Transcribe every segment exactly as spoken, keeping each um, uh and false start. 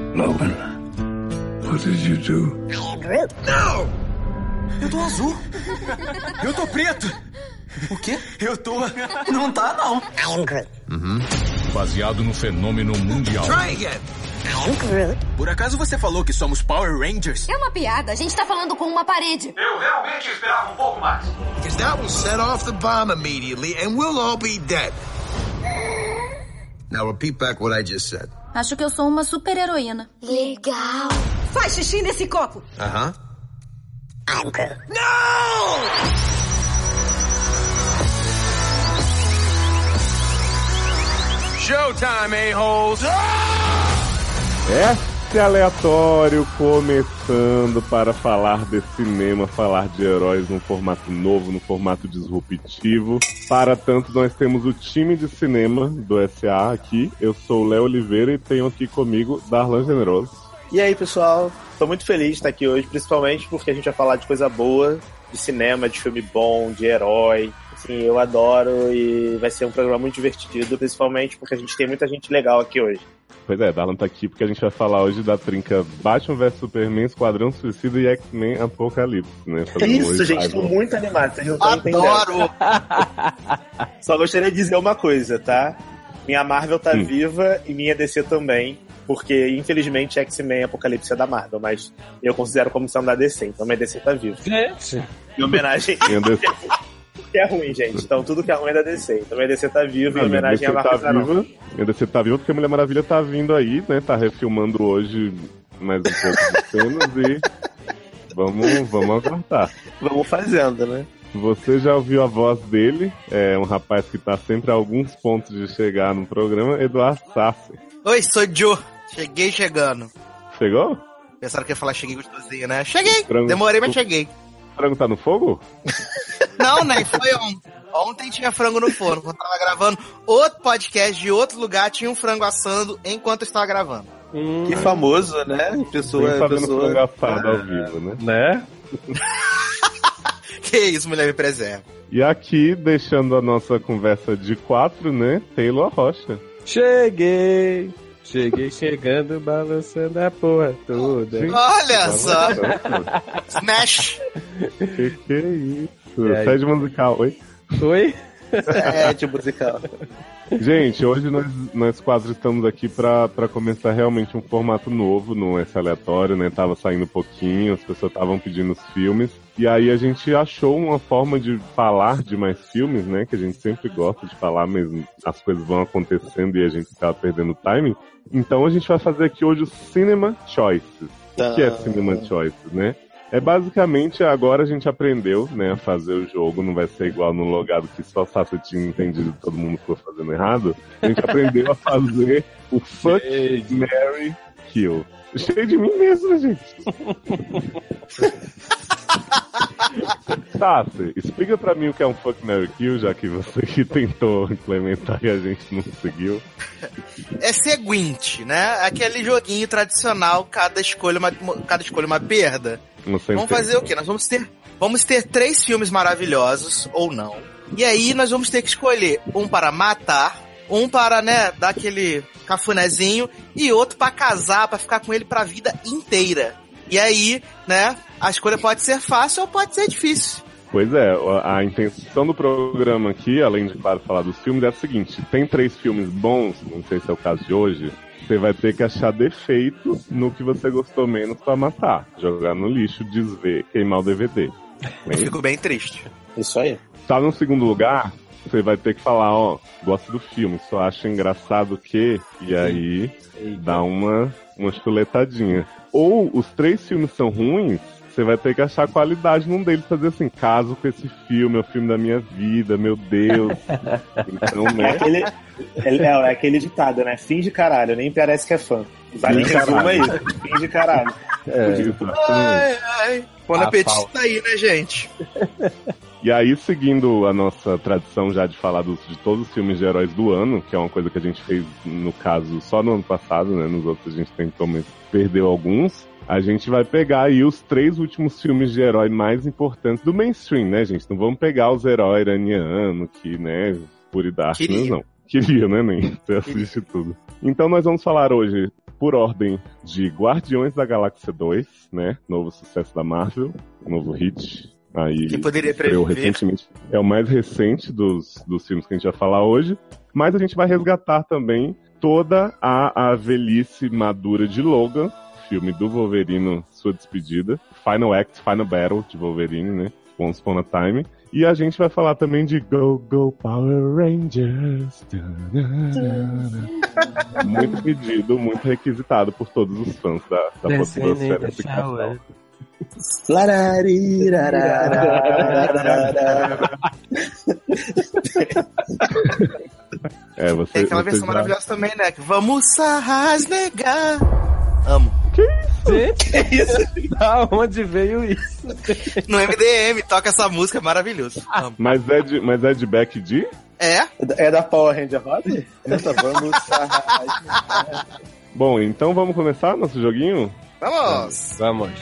Logan, what did you do? Não! Eu tô azul. Eu tô preto. O quê? Eu tô... Não tá, não. Uhum. Baseado no fenômeno mundial. Try again. Por acaso você falou que somos Power Rangers? É uma piada. A gente tá falando com uma parede. Eu realmente esperava um pouco mais. Because that will set off the bomb immediately and we'll all be dead. Now repeat back what I just said. Acho que eu sou uma super-heroína. Legal. Faz xixi nesse copo. Uh-huh. I'm Groot. No! Showtime, a-holes! Esse aleatório começando para falar de cinema, falar de heróis num formato novo, num formato disruptivo. Para tanto, nós temos o time de cinema do S A aqui. Eu sou o Léo Oliveira e tenho aqui comigo Darlan Generoso. E aí, pessoal? Tô muito feliz de estar aqui hoje, principalmente porque a gente vai falar de coisa boa, de cinema, de filme bom, de herói. Assim, eu adoro e vai ser um programa muito divertido, principalmente porque a gente tem muita gente legal aqui hoje. Pois é, Darlan tá aqui porque a gente vai falar hoje da trinca Batman versus Superman, Esquadrão Suicida e X-Men Apocalipse, né? Isso, gente, tô muito animado, vocês não estão entendendo. Adoro! Só gostaria de dizer uma coisa, tá? Minha Marvel tá hum. viva e minha D C também, porque infelizmente X-Men Apocalipse é da Marvel, mas eu considero como sendo da D C, então minha D C tá viva. Gente! Em homenagem... que é ruim, gente. Então tudo que é ruim é da D C. Então minha D C tá viva em homenagem à Marvel. Tá viva, minha D C tá viva porque a Mulher Maravilha tá vindo aí, né? Tá refilmando hoje mais um pouco de cenas e vamos, vamos aguardar. Vamos fazendo, né? Você já ouviu a voz dele, é um rapaz que tá sempre a alguns pontos de chegar no programa, Eduardo Sasser. Oi, sou Joe. Cheguei chegando. Chegou? Pensaram que ia falar cheguei gostosinho, né? Cheguei! Frango, Demorei, mas cheguei. O frango tá no fogo? Não, nem foi ontem. Ontem tinha frango no forno. Quando eu tava gravando outro podcast de outro lugar, tinha um frango assando enquanto eu estava gravando. Hum, que famoso, né? Pessoa, fazendo pessoa... frango assado ao vivo, né? Né? Que isso, mulher me preserva. E aqui, deixando a nossa conversa de quatro, né? Taylor Rocha. Cheguei! Cheguei chegando, balançando a porra toda. Sim. Olha só! Smash! Que que é isso? Sede musical, oi? Oi? É, de musical. Gente, hoje nós, nós quatro estamos aqui pra, pra começar realmente um formato novo no S Aleatório, né? Tava saindo um pouquinho, as pessoas estavam pedindo os filmes. E aí a gente achou uma forma de falar de mais filmes, né? Que a gente sempre gosta de falar, mas as coisas vão acontecendo e a gente acaba perdendo o timing. Então a gente vai fazer aqui hoje o Cinema Choices. O que é Cinema Choices, né? É basicamente, agora a gente aprendeu, né, a fazer o jogo, não vai ser igual no logado que só Sasha tinha entendido e todo mundo ficou fazendo errado. A gente aprendeu a fazer o Fuck, Marry, Kill. Cheio de mim mesmo, gente. Sasha, explica pra mim o que é um Fuck, Marry, Kill, já que você que tentou implementar e a gente não conseguiu. É seguinte, né? Aquele joguinho tradicional, cada escolha uma, cada escolha uma perda. Você vamos entende. fazer o quê? Nós vamos ter, vamos ter três filmes maravilhosos, ou não. E aí nós vamos ter que escolher um para matar, um para, né, dar aquele cafunézinho, e outro para casar, para ficar com ele pra vida inteira. E aí, né, a escolha pode ser fácil ou pode ser difícil. Pois é, a intenção do programa aqui, além de, claro, falar dos filmes, é a seguinte: tem três filmes bons, não sei se é o caso de hoje, você vai ter que achar defeito no que você gostou menos pra matar. Jogar no lixo, desver, queimar o D V D. Eu fico bem triste. Isso aí. Tá no segundo lugar, você vai ter que falar, ó, gosto do filme, só acha engraçado que... E aí, dá uma, uma chuletadinha. Ou os três filmes são ruins, você vai ter que achar qualidade num deles, fazer assim, caso com esse filme, é o filme da minha vida, meu Deus. Então, né? É aquele, é, é aquele ditado, né? Finge caralho, nem parece que é fã. Vale resuma isso. Finge caralho. É, isso. Ai, ai. Bom apetite tá aí, né, gente? E aí, seguindo a nossa tradição já de falar dos, de todos os filmes de heróis do ano, que é uma coisa que a gente fez, no caso, só no ano passado, né? Nos outros a gente tentou, mas perdeu alguns. A gente vai pegar aí os três últimos filmes de herói mais importantes do mainstream, né, gente? Não vamos pegar os heróis iranianos, que, né, Puri Darkness, não. Queria, né, nem? Você assiste tudo. Então nós vamos falar hoje, por ordem, de Guardiões da Galáxia dois, né? Novo sucesso da Marvel, novo hit. Aí que poderia estreou prever. recentemente. É o mais recente dos, dos filmes que a gente vai falar hoje. Mas a gente vai resgatar também toda a, a velhice madura de Logan, filme do Wolverine, sua despedida. Final Act, Final Battle de Wolverine, né? Once Upon a Time. E a gente vai falar também de Go, Go Power Rangers. Muito pedido, muito requisitado por todos os fãs da, da podosfera desse casal. É, você, tem aquela você versão já... maravilhosa também, né? Vamos rasnegar. Amo. Que isso? Que isso? Da onde veio isso? No M D M, toca essa música, é maravilhoso. Amo. Mas é de, mas é de Beck D? É? É da Power Ranger Rosa? Essa vamos rasnegar. Bom, então vamos começar nosso joguinho? Vamos! Vamos.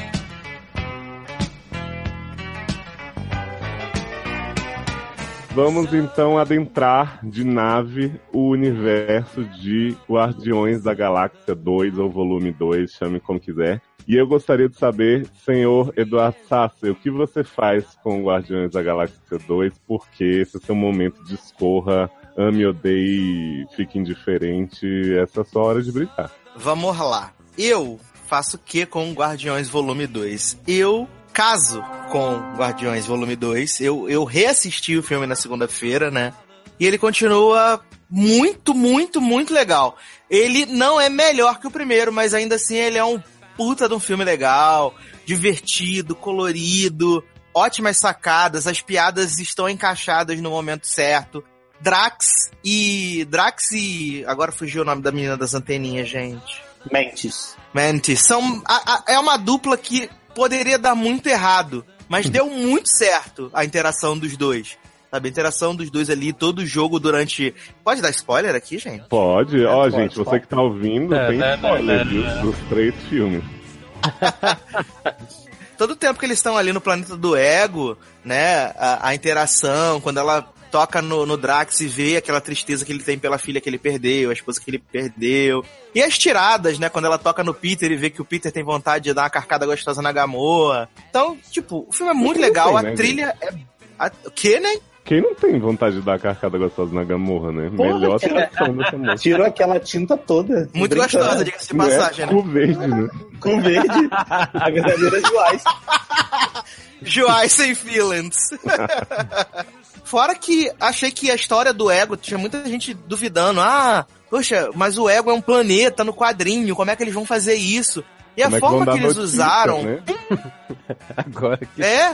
Vamos então adentrar de nave o universo de Guardiões da Galáxia dois, ou Volume dois, chame como quiser. E eu gostaria de saber, senhor Eduardo Sasser, o que você faz com Guardiões da Galáxia dois, porque esse é seu momento de escorra, ame, odeie, fique indiferente, essa é a sua hora de brilhar. Vamos lá. Eu faço o que com Guardiões Volume dois? Eu caso com Guardiões Volume dois. Eu, eu reassisti o filme na segunda-feira, né? E ele continua muito, muito, muito legal. Ele não é melhor que o primeiro, mas ainda assim ele é um puta de um filme legal, divertido, colorido, ótimas sacadas, as piadas estão encaixadas no momento certo. Drax e... Drax e... Agora fugiu o nome da menina das anteninhas, gente. Mantis. Mantis. São, a, a, é uma dupla que poderia dar muito errado, mas deu muito certo a interação dos dois. Sabe, a interação dos dois ali, todo o jogo durante... Pode dar spoiler aqui, gente? Pode. Ó, é, oh, gente, pode, você que tá ouvindo, é, tem é, spoiler, é, viu? é. Dos três filmes. Todo o tempo que eles estão ali no planeta do ego, né, a, a interação, quando ela toca no, no Drax e vê aquela tristeza que ele tem pela filha que ele perdeu, a esposa que ele perdeu. E as tiradas, né, quando ela toca no Peter e vê que o Peter tem vontade de dar uma carcada gostosa na Gamorra. Então, tipo, o filme é muito legal, tem, a né, trilha é... A, o quê, né? Quem não tem vontade de dar a carcada gostosa na Gamorra, né? Porra, Melhor aquela- atração dessa moça. Tirou aquela tinta toda. Muito Brincando. gostosa, diga-se de passagem, né? Com verde, né? Com verde. A verdadeira Joyce. Joy sem feelings. Fora que achei que a história do Ego, tinha muita gente duvidando. Ah, poxa, mas o Ego é um planeta no quadrinho, como é que eles vão fazer isso? E Como a é que vão forma dar que eles notícia, usaram... né? Agora que... É?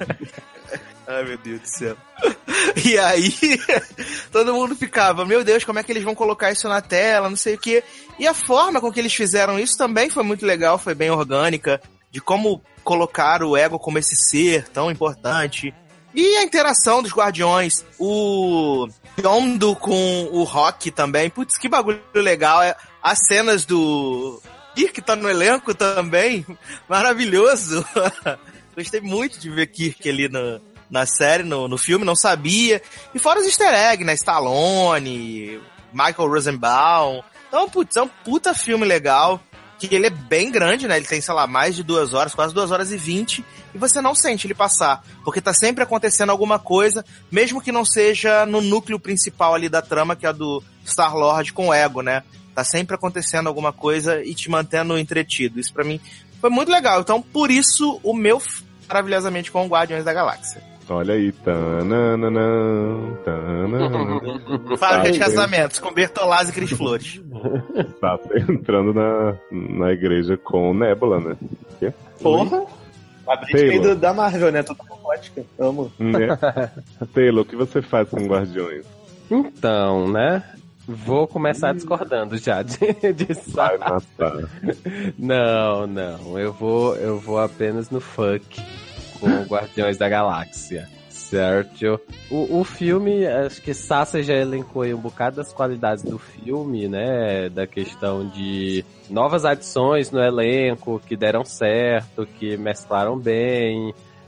Ai, meu Deus do céu. E aí, todo mundo ficava, meu Deus, como é que eles vão colocar isso na tela, não sei o quê. E a forma com que eles fizeram isso também foi muito legal, foi bem orgânica, de como colocar o Ego como esse ser tão importante. E a interação dos Guardiões, o Yondu com o Rock também, putz, que bagulho legal. As cenas do Kirk tá no elenco também, maravilhoso. Gostei muito de ver Kirk ali no, na série, no, no filme, não sabia. E fora os easter eggs, né, Stallone, Michael Rosenbaum. Então, putz, é um puta filme legal. Que ele é bem grande, né? Ele tem, sei lá, mais de duas horas, quase duas horas e vinte, e você não sente ele passar, porque tá sempre acontecendo alguma coisa, mesmo que não seja no núcleo principal ali da trama, que é a do Star-Lord com o Ego, né? Tá sempre acontecendo alguma coisa e te mantendo entretido. Isso pra mim foi muito legal. Então, por isso, o meu f- maravilhosamente com Guardiões da Galáxia. Olha aí. Tananana, tananana. Fábrica de casamentos, com Bertolazzi e Cris Flores. Tá entrando na, na igreja com Nebula, né? Que? Porra. A Britney do, da Marvel, né? Toda robótica. Amo. Né? Taylor, o que você faz com Guardiões? Então, né? Vou começar discordando já de, de Vai matar. Não, não. Eu vou, eu vou apenas no fuck com Guardiões da Galáxia. Certo? O, o filme, acho que Sasha já elencou aí um bocado das qualidades do filme, né? Da questão de novas adições no elenco que deram certo, que mesclaram bem.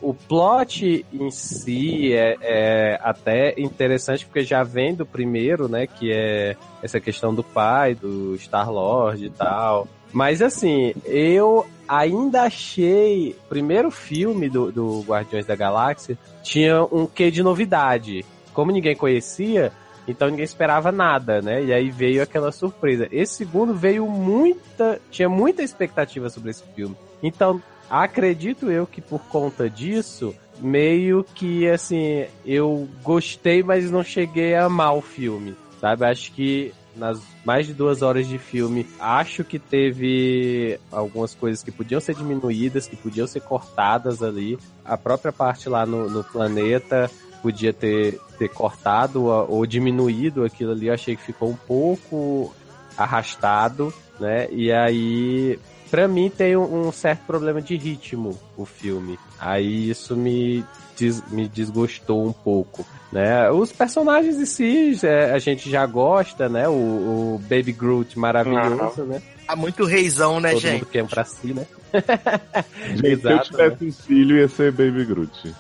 o plot em si é, é até interessante, porque já vem do primeiro, né, que é essa questão do pai, do Star-Lord e tal. Mas assim, eu ainda achei, o primeiro filme do, do Guardiões da Galáxia tinha um quê de novidade. Como ninguém conhecia, então ninguém esperava nada, né? E aí veio aquela surpresa. Esse segundo veio muita... Tinha muita expectativa sobre esse filme. Então, acredito eu que por conta disso, meio que, assim, eu gostei, mas não cheguei a amar o filme, sabe? Acho que nas mais de duas horas de filme, acho que teve algumas coisas que podiam ser diminuídas, que podiam ser cortadas ali. A própria parte lá no, no planeta podia ter, ter cortado ou diminuído aquilo ali. Eu achei que ficou um pouco arrastado, né? E aí, pra mim, tem um, um certo problema de ritmo o filme. Aí isso me, des, me desgostou um pouco, né? Os personagens em si, é, a gente já gosta, né? O, o Baby Groot maravilhoso, uhum. né? Tá muito reizão, né, Todo gente? Todo mundo quer um pra si, né? Gente, se eu tivesse né? um filho, ia ser Baby Groot.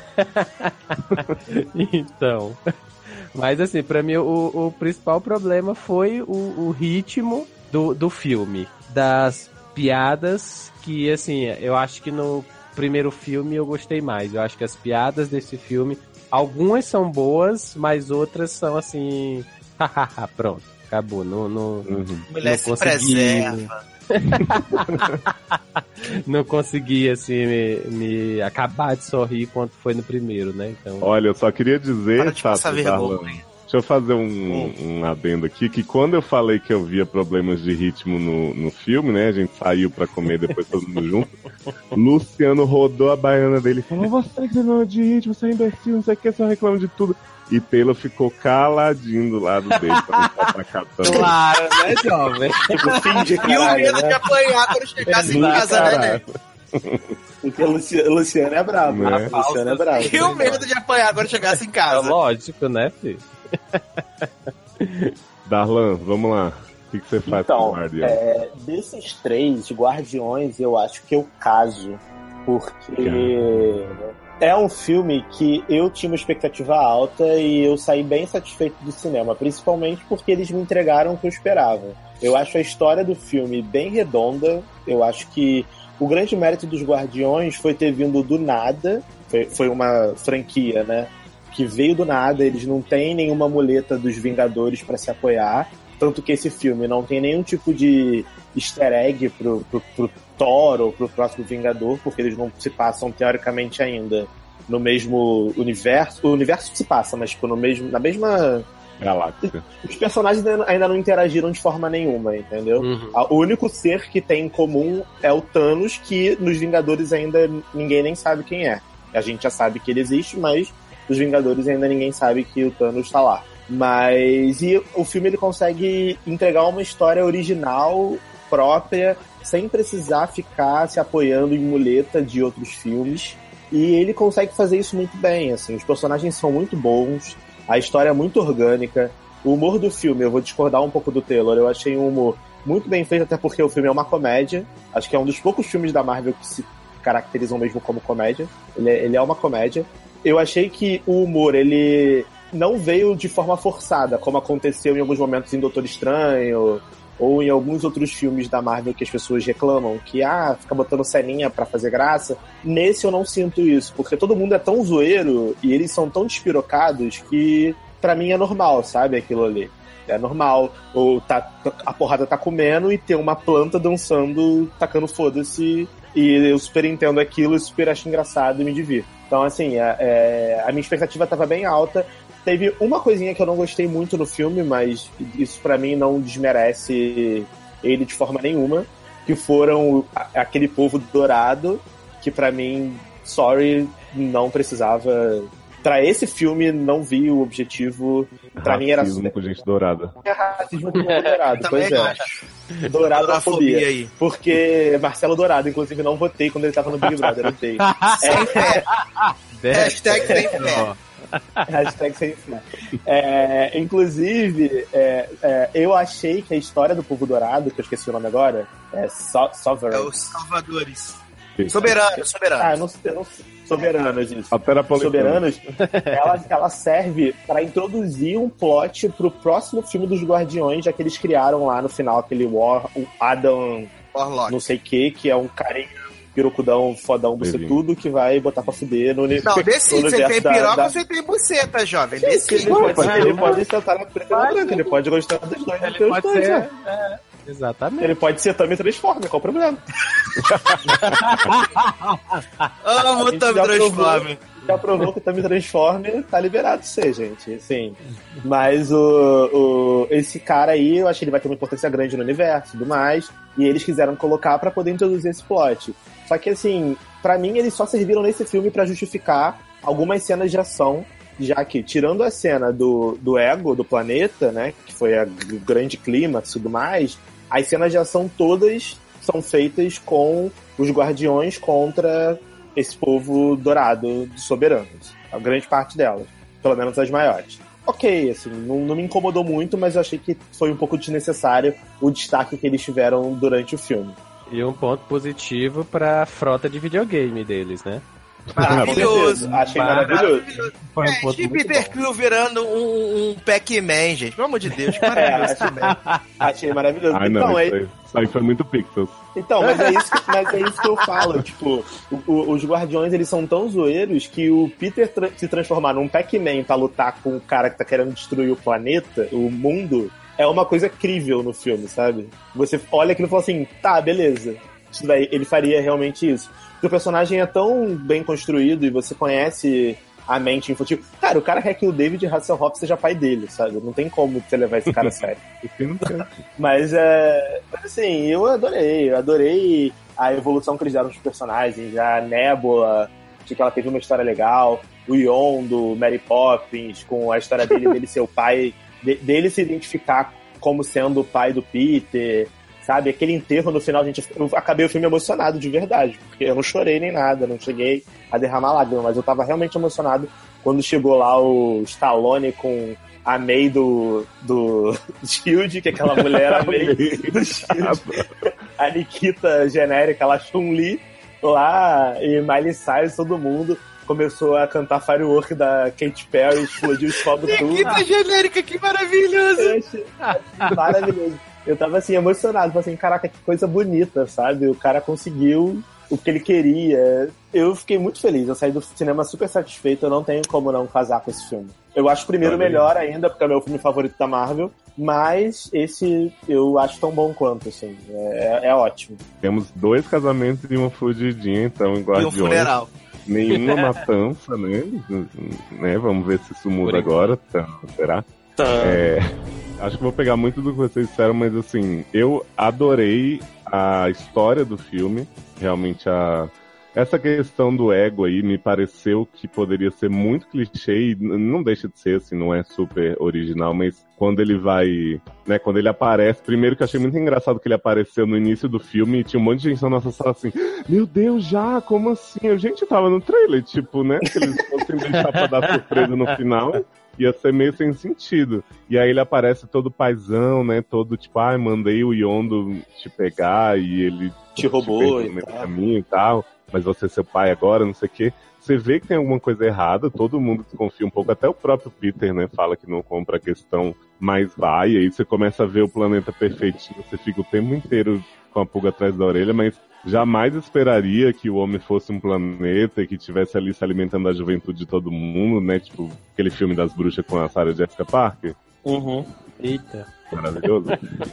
Então, mas assim, pra mim o, o principal problema foi o, o ritmo do, do filme, das piadas que, assim, eu acho que no primeiro filme eu gostei mais. Eu acho que as piadas desse filme, algumas são boas, mas outras são assim, hahaha, pronto, acabou, não, não, uhum. Mulher não se consegui... preserva. Não consegui, assim, me, me acabar de sorrir quanto foi no primeiro, né? Então... Olha, eu só queria dizer, Tato, Darlan, deixa eu fazer um, um adendo aqui, que quando eu falei que eu via problemas de ritmo no, no filme, né, a gente saiu pra comer depois todo mundo junto, Luciano rodou a baiana dele e falou, você que não é de ritmo, você é imbecil, não sei o que, você reclama de tudo. E Taylor ficou caladinho do lado dele pra não estar atacando. Claro, né, jovem? Tipo, fim de caralho, e o medo né? de apanhar quando chegasse em casa, né? Porque o Luciano, Luciano é bravo, né? O Luciano é bravo. E o medo de apanhar quando chegasse em casa. É lógico, né, filho? Darlan, vamos lá. O que, que você faz então, com o Guardião? É, desses três Guardiões, eu acho que eu caso. Porque... é um filme que eu tinha uma expectativa alta e eu saí bem satisfeito do cinema, principalmente porque eles me entregaram o que eu esperava. Eu acho a história do filme bem redonda, eu acho que o grande mérito dos Guardiões foi ter vindo do nada, foi, foi uma franquia, né, que veio do nada, eles não têm nenhuma muleta dos Vingadores para se apoiar, tanto que esse filme não tem nenhum tipo de easter egg pro, pro, pro Thor ou pro próximo Vingador, porque eles não se passam, teoricamente, ainda no mesmo universo. O universo se passa, mas tipo, no mesmo, na mesma galáxia. Os personagens ainda não interagiram de forma nenhuma, entendeu? Uhum. O único ser que tem em comum é o Thanos, que nos Vingadores ainda ninguém nem sabe quem é. A gente já sabe que ele existe, mas dos Vingadores ainda ninguém sabe que o Thanos está lá. Mas e o filme ele consegue entregar uma história original, própria, sem precisar ficar se apoiando em muleta de outros filmes. E ele consegue fazer isso muito bem, assim. Os personagens são muito bons, a história é muito orgânica. O humor do filme, eu vou discordar um pouco do Taylor, eu achei um humor muito bem feito, até porque o filme é uma comédia. Acho que é um dos poucos filmes da Marvel que se caracterizam mesmo como comédia. Ele é, ele é uma comédia. Eu achei que o humor, ele não veio de forma forçada, como aconteceu em alguns momentos em Doutor Estranho, ou em alguns outros filmes da Marvel que as pessoas reclamam, que, ah, fica botando ceninha pra fazer graça. Nesse eu não sinto isso, porque todo mundo é tão zoeiro e eles são tão despirocados que, pra mim, é normal, sabe, aquilo ali. É normal, ou tá, a porrada tá comendo e tem uma planta dançando, tacando foda-se, e eu super entendo aquilo, super acho engraçado e me divirto. Então, assim, é, é, a minha expectativa tava bem alta. Teve uma coisinha que eu não gostei muito no filme, mas isso pra mim não desmerece ele de forma nenhuma, que foram aquele povo dourado, que pra mim, sorry, não precisava. Pra esse filme, não vi o objetivo. Pra mim era... Racismo com gente dourada. É racismo com gente dourada, pois é. Douradofobia aí. Porque Marcelo Dourado, inclusive, não votei quando ele tava no Big Brother, eu votei. É... Hashtag sem fé. Hashtag sem fé. É, inclusive, é, é, eu achei que a história do povo dourado, que eu esqueci o nome agora, é so- Sovereign. É os Salvadores. Soberano, soberano. Ah, eu não, eu não Soberanos, isso. Soberanos, ela, ela serve pra introduzir um plot pro próximo filme dos Guardiões, já que eles criaram lá no final aquele War, o Adam Warlock. Não sei o que, que é um carinha pirocudão, fodão, bucetudo, que vai botar pra fuder no universo. Não, decide, você tem piroca da... ou você tem buceta, jovem? Decide. Ele pode, ser, ele pode sentar na preta e na branca, ele pode gostar dos dois. Ele pode dois, ser... né? É. Exatamente. Ele pode ser também Transformer, qual o problema? Amo o Tami Transformer. Já provou que o Tami Transformer tá liberado de ser, gente. Sim. Mas o, o, esse cara aí, eu acho que ele vai ter uma importância grande no universo e tudo mais. E eles quiseram colocar pra poder introduzir esse plot. Só que, assim, pra mim, eles só serviram nesse filme pra justificar algumas cenas de ação. Já que, tirando a cena do, do ego do planeta, né, que foi a grande clímax e tudo mais, as cenas de ação todas são feitas com os Guardiões contra esse povo dourado de soberanos. A grande parte delas, pelo menos as maiores. Ok, assim, não, não me incomodou muito, mas eu achei que foi um pouco desnecessário o destaque que eles tiveram durante o filme. E um ponto positivo pra frota de videogame deles, né? Maravilhoso. Achei maravilhoso. Foi um ponto é, muito Peter bom. Quill virando um, um Pac-Man, gente. Pelo amor de Deus, que maravilhoso. É, achei, achei maravilhoso. Ai, então, não, é... isso, aí, isso aí foi muito Pixels. Então, mas é isso que, mas é isso que eu falo. Tipo, o, o, os Guardiões, eles são tão zoeiros que o Peter tra- se transformar num Pac-Man pra lutar com o cara que tá querendo destruir o planeta, o mundo, é uma coisa crível no filme, sabe? Você olha aquilo e fala assim, tá, beleza. Isso daí, ele faria realmente isso. Porque o personagem é tão bem construído e você conhece a mente infantil. Cara, o cara quer que o David Hasselhoff seja pai dele, sabe? Não tem como você levar esse cara a sério. Mas, é... assim, eu adorei. Eu adorei a evolução que eles deram dos personagens. A Nebula, que ela teve uma história legal. O Yon, do Mary Poppins, com a história dele, dele ser o pai... De, dele se identificar como sendo o pai do Peter... Sabe, aquele enterro no final, gente, eu acabei o filme emocionado de verdade, porque eu não chorei nem nada, não cheguei a derramar lágrimas, mas eu tava realmente emocionado quando chegou lá o Stallone com a May do, do Shield, que é aquela mulher, a May do Shield, a Nikita genérica, ela Chun-Li lá, e Miley Cyrus, todo mundo começou a cantar Firework da Katy Perry, explodiu os fogos tudo. Nikita genérica, que maravilhoso! Eu achei maravilhoso. Eu tava assim, emocionado, falei assim, caraca, que coisa bonita, sabe? O cara conseguiu o que ele queria. Eu fiquei muito feliz, eu saí do cinema super satisfeito, eu não tenho como não casar com esse filme. Eu acho o primeiro Valeu. melhor ainda, porque é o meu filme favorito da Marvel, mas esse eu acho tão bom quanto, assim, é, é ótimo. Temos dois casamentos e uma fugidinha, então, em Guardiões. E um funeral. Nenhuma matança, né? né? Vamos ver se isso muda agora, tá, será? Tá. É... Acho que vou pegar muito do que vocês disseram, mas assim, eu adorei a história do filme. Realmente, a... essa questão do ego aí me pareceu que poderia ser muito clichê, e não deixa de ser, assim, não é super original, mas quando ele vai, né, quando ele aparece, primeiro que eu achei muito engraçado que ele apareceu no início do filme e tinha um monte de gente na nossa sala assim, meu Deus, já, como assim? A gente tava no trailer, tipo, né, que eles fossem deixar pra dar surpresa no final. Ia ser meio sem sentido. E aí ele aparece todo paizão, né? Todo tipo, ai, ah, mandei o Yondo te pegar e ele te roubou te no caminho e tal, mas você é seu pai agora, não sei o quê. Você vê que tem alguma coisa errada, todo mundo desconfia um pouco, até o próprio Peter, né? Fala que não compra a questão, mas vai, e aí você começa a ver o planeta perfeitinho, você fica o tempo inteiro com a pulga atrás da orelha, mas jamais esperaria que o homem fosse um planeta e que estivesse ali se alimentando da juventude de todo mundo, né? Tipo, aquele filme das bruxas com a Sarah Jessica Parker. Uhum. Eita. Maravilhoso.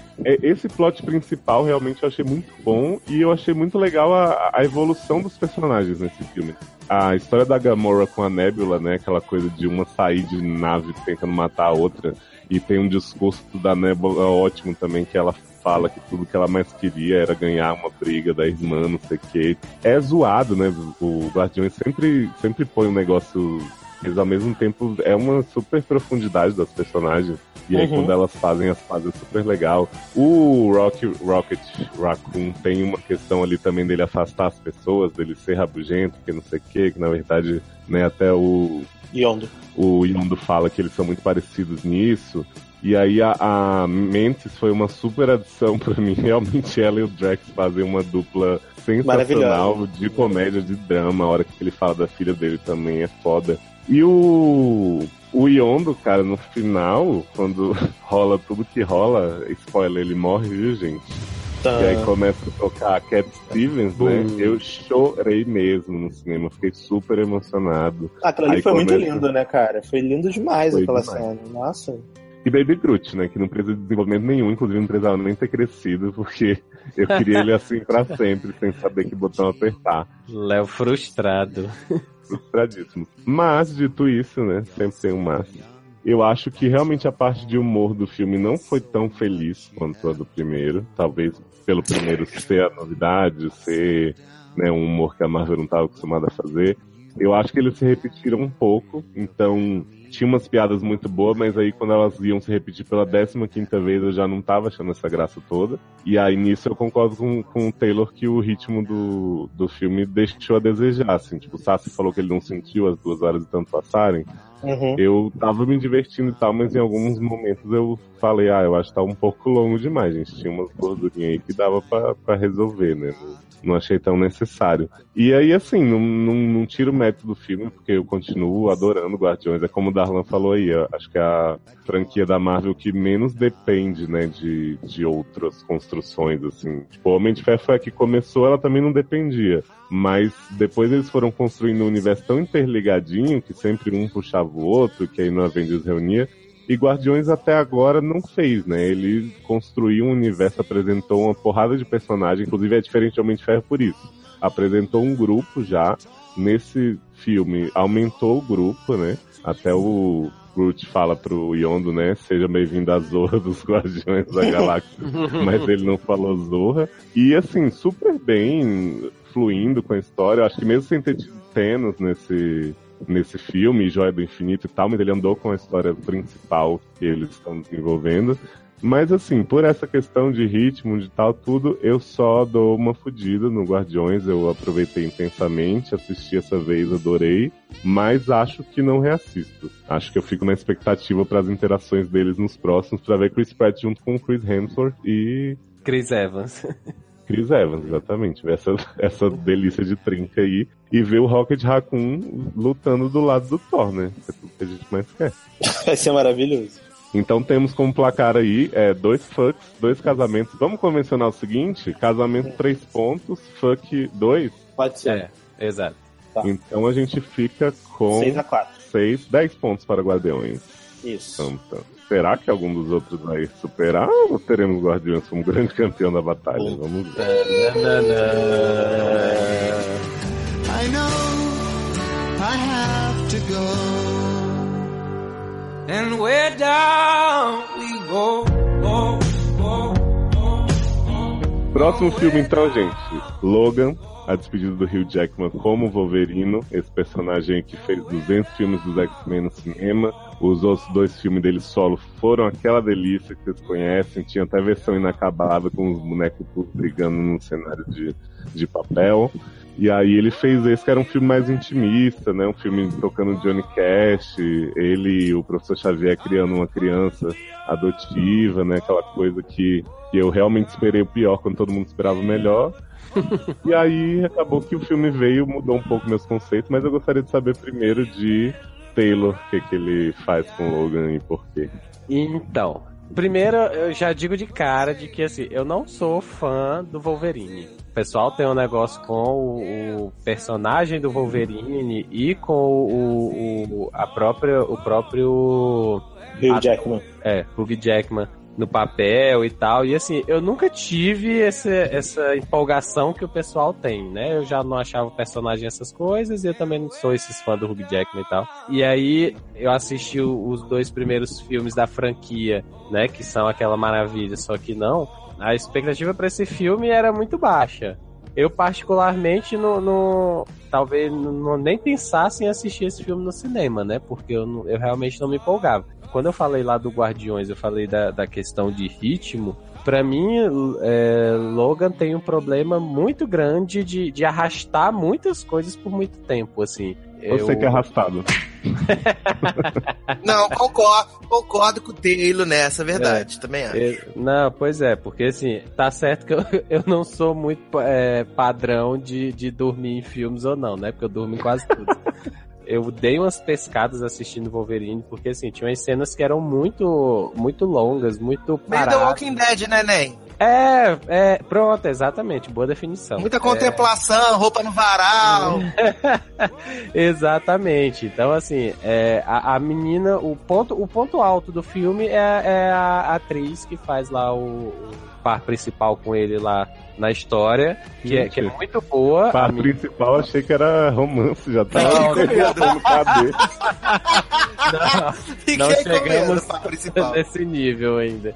Esse plot principal realmente eu achei muito bom e eu achei muito legal a, a evolução dos personagens nesse filme. A história da Gamora com a Nebula, né? Aquela coisa de uma sair de nave tentando matar a outra. E tem um discurso da Nebula ótimo também, que ela fala que tudo que ela mais queria era ganhar uma briga da irmã, não sei o quê. É zoado, né? O Guardiões sempre, sempre põe um negócio... Mas ao mesmo tempo é uma super profundidade das personagens. E aí uhum. quando elas fazem as fases é super legal. O Rock, Rocket Raccoon tem uma questão ali também dele afastar as pessoas, dele ser rabugento, que não sei o que, que na verdade, né, até o Yondo. O Yondo fala que eles são muito parecidos nisso. E aí a, a Mantis foi uma super adição pra mim. Realmente ela e o Drax fazem uma dupla sensacional de comédia, de drama. A hora que ele fala da filha dele também é foda. E o, o Yondo, cara, no final, quando rola tudo que rola, spoiler, ele morre, viu, gente? Tá. E aí começa a tocar a Cat Stevens, Bum. né? Eu chorei mesmo no cinema, fiquei super emocionado. Aquilo ali aí foi começa... muito lindo, né, cara? Foi lindo demais foi aquela demais. cena, nossa. E Baby Groot, né? Que não precisa de desenvolvimento nenhum, inclusive não precisava nem ter crescido, porque eu queria ele assim pra sempre, sem saber que botão apertar. Léo frustrado. Frustradíssimo. Mas, dito isso, né? Sempre tem um mas. Eu acho que realmente a parte de humor do filme não foi tão feliz quanto a do primeiro. Talvez pelo primeiro ser a novidade, ser, né, um humor que a Marvel não estava acostumada a fazer. Eu acho que eles se repetiram um pouco, então tinha umas piadas muito boas, mas aí quando elas iam se repetir pela décima quinta vez eu já não tava achando essa graça toda. E aí nisso eu concordo com, com o Taylor que o ritmo do, do filme deixou a desejar, assim. Tipo, o Sassi falou que ele não sentiu as duas horas e tanto passarem. Uhum. Eu tava me divertindo e tal, mas em alguns momentos eu falei, ah, eu acho que tá um pouco longo demais, gente. Tinha umas gordurinhas aí que dava pra, pra resolver, né? Não achei tão necessário. E aí, assim, não, não, não tiro o mérito do filme, porque eu continuo adorando Guardiões. É como o Darlan falou aí, acho que é a franquia da Marvel que menos depende, né, de, de outras construções, assim. Tipo, o Homem de Ferro foi a que começou, ela também não dependia. Mas depois eles foram construindo um universo tão interligadinho, que sempre um puxava o outro, que aí no Avengers reunia. E Guardiões até agora não fez, né? Ele construiu um universo, apresentou uma porrada de personagens, inclusive é diferente de Homem de Ferro por isso. Apresentou um grupo já, nesse filme aumentou o grupo, né? Até o Groot fala pro Yondo, né? Seja bem-vindo à Zorra dos Guardiões da Galáxia. Mas ele não falou Zorra. E assim, super bem, fluindo com a história. Eu acho que mesmo sem ter tido Thanos nesse... nesse filme, Joia do Infinito e tal, mas ele andou com a história principal que eles estão desenvolvendo. Mas assim, por essa questão de ritmo, de tal, tudo, eu só dou uma fodida no Guardiões, eu aproveitei intensamente, assisti essa vez, adorei, mas acho que não reassisto. Acho que eu fico na expectativa para as interações deles nos próximos, para ver Chris Pratt junto com Chris Hemsworth e... Chris Evans. Chris Evans, exatamente. Ver essa, essa delícia de trinca aí. E ver o Rocket Raccoon lutando do lado do Thor, né? É tudo que a gente mais quer. Vai ser maravilhoso. Então temos como placar aí é, dois fucks, dois casamentos. Vamos convencionar o seguinte: casamento três pontos, fuck dois? Pode ser. É, exato. Tá. Então a gente fica com seis a quatro. seis, dez pontos para Guardiões. Isso. Então, então. Será que algum dos outros vai superar ou teremos Guardiões como grande campeão da batalha? Uh. Vamos ver. I know I have to go. And where down we go, go, go, go, go. Próximo filme então, gente. Logan, a despedida do Hugh Jackman como Wolverine, esse personagem que fez duzentos filmes dos X-Men no cinema. Os outros dois filmes dele solo foram aquela delícia que vocês conhecem. Tinha até versão inacabada com os bonecos brigando num cenário de, de papel. E aí ele fez esse que era um filme mais intimista, né? Um filme tocando Johnny Cash, ele e o professor Xavier criando uma criança adotiva, né? Aquela coisa que, que eu realmente esperei o pior quando todo mundo esperava o melhor. E aí acabou que o filme veio, mudou um pouco meus conceitos, mas eu gostaria de saber primeiro de Taylor, o que, que ele faz com o Logan e por quê. Então, primeiro eu já digo de cara de que assim, eu não sou fã do Wolverine. O pessoal tem um negócio com o, o personagem do Wolverine e com o, o, a própria, o próprio Hugh Jackman. É, Hugh Jackman no papel e tal, e assim, eu nunca tive essa, essa empolgação que o pessoal tem, né? Eu já não achava o personagem essas coisas, e eu também não sou esses fãs do Hugh Jackman e tal. E aí, eu assisti os dois primeiros filmes da franquia, né? Que são aquela maravilha, só que não. A expectativa para esse filme era muito baixa. Eu, particularmente, no, no, talvez não, nem pensasse em assistir esse filme no cinema, né? Porque eu, eu realmente não me empolgava. Quando eu falei lá do Guardiões, eu falei da, da questão de ritmo. Pra mim, é, Logan tem um problema muito grande de, de arrastar muitas coisas por muito tempo, assim. Você eu... que é arrastado. Não, concordo, concordo com o Taylor nessa, verdade, É, também acho. é, não, pois é, porque assim, tá certo que eu, eu não sou muito é, padrão de, de dormir em filmes ou não, né? Porque eu durmo em quase tudo. Eu dei umas pescadas assistindo Wolverine, porque assim, tinha umas cenas que eram muito, muito longas, muito Meio paradas. The Walking Dead, né, Nen? É, é, pronto, exatamente, boa definição. Muita contemplação, é... roupa no varal. Exatamente. Então, assim, é, a, a menina, o ponto, o ponto alto do filme é, é a atriz que faz lá o, o par principal com ele lá na história, que é, que é muito boa. O par a principal minha... achei que era romance, já tava não, no cadê. Não, não chegamos nesse nível ainda.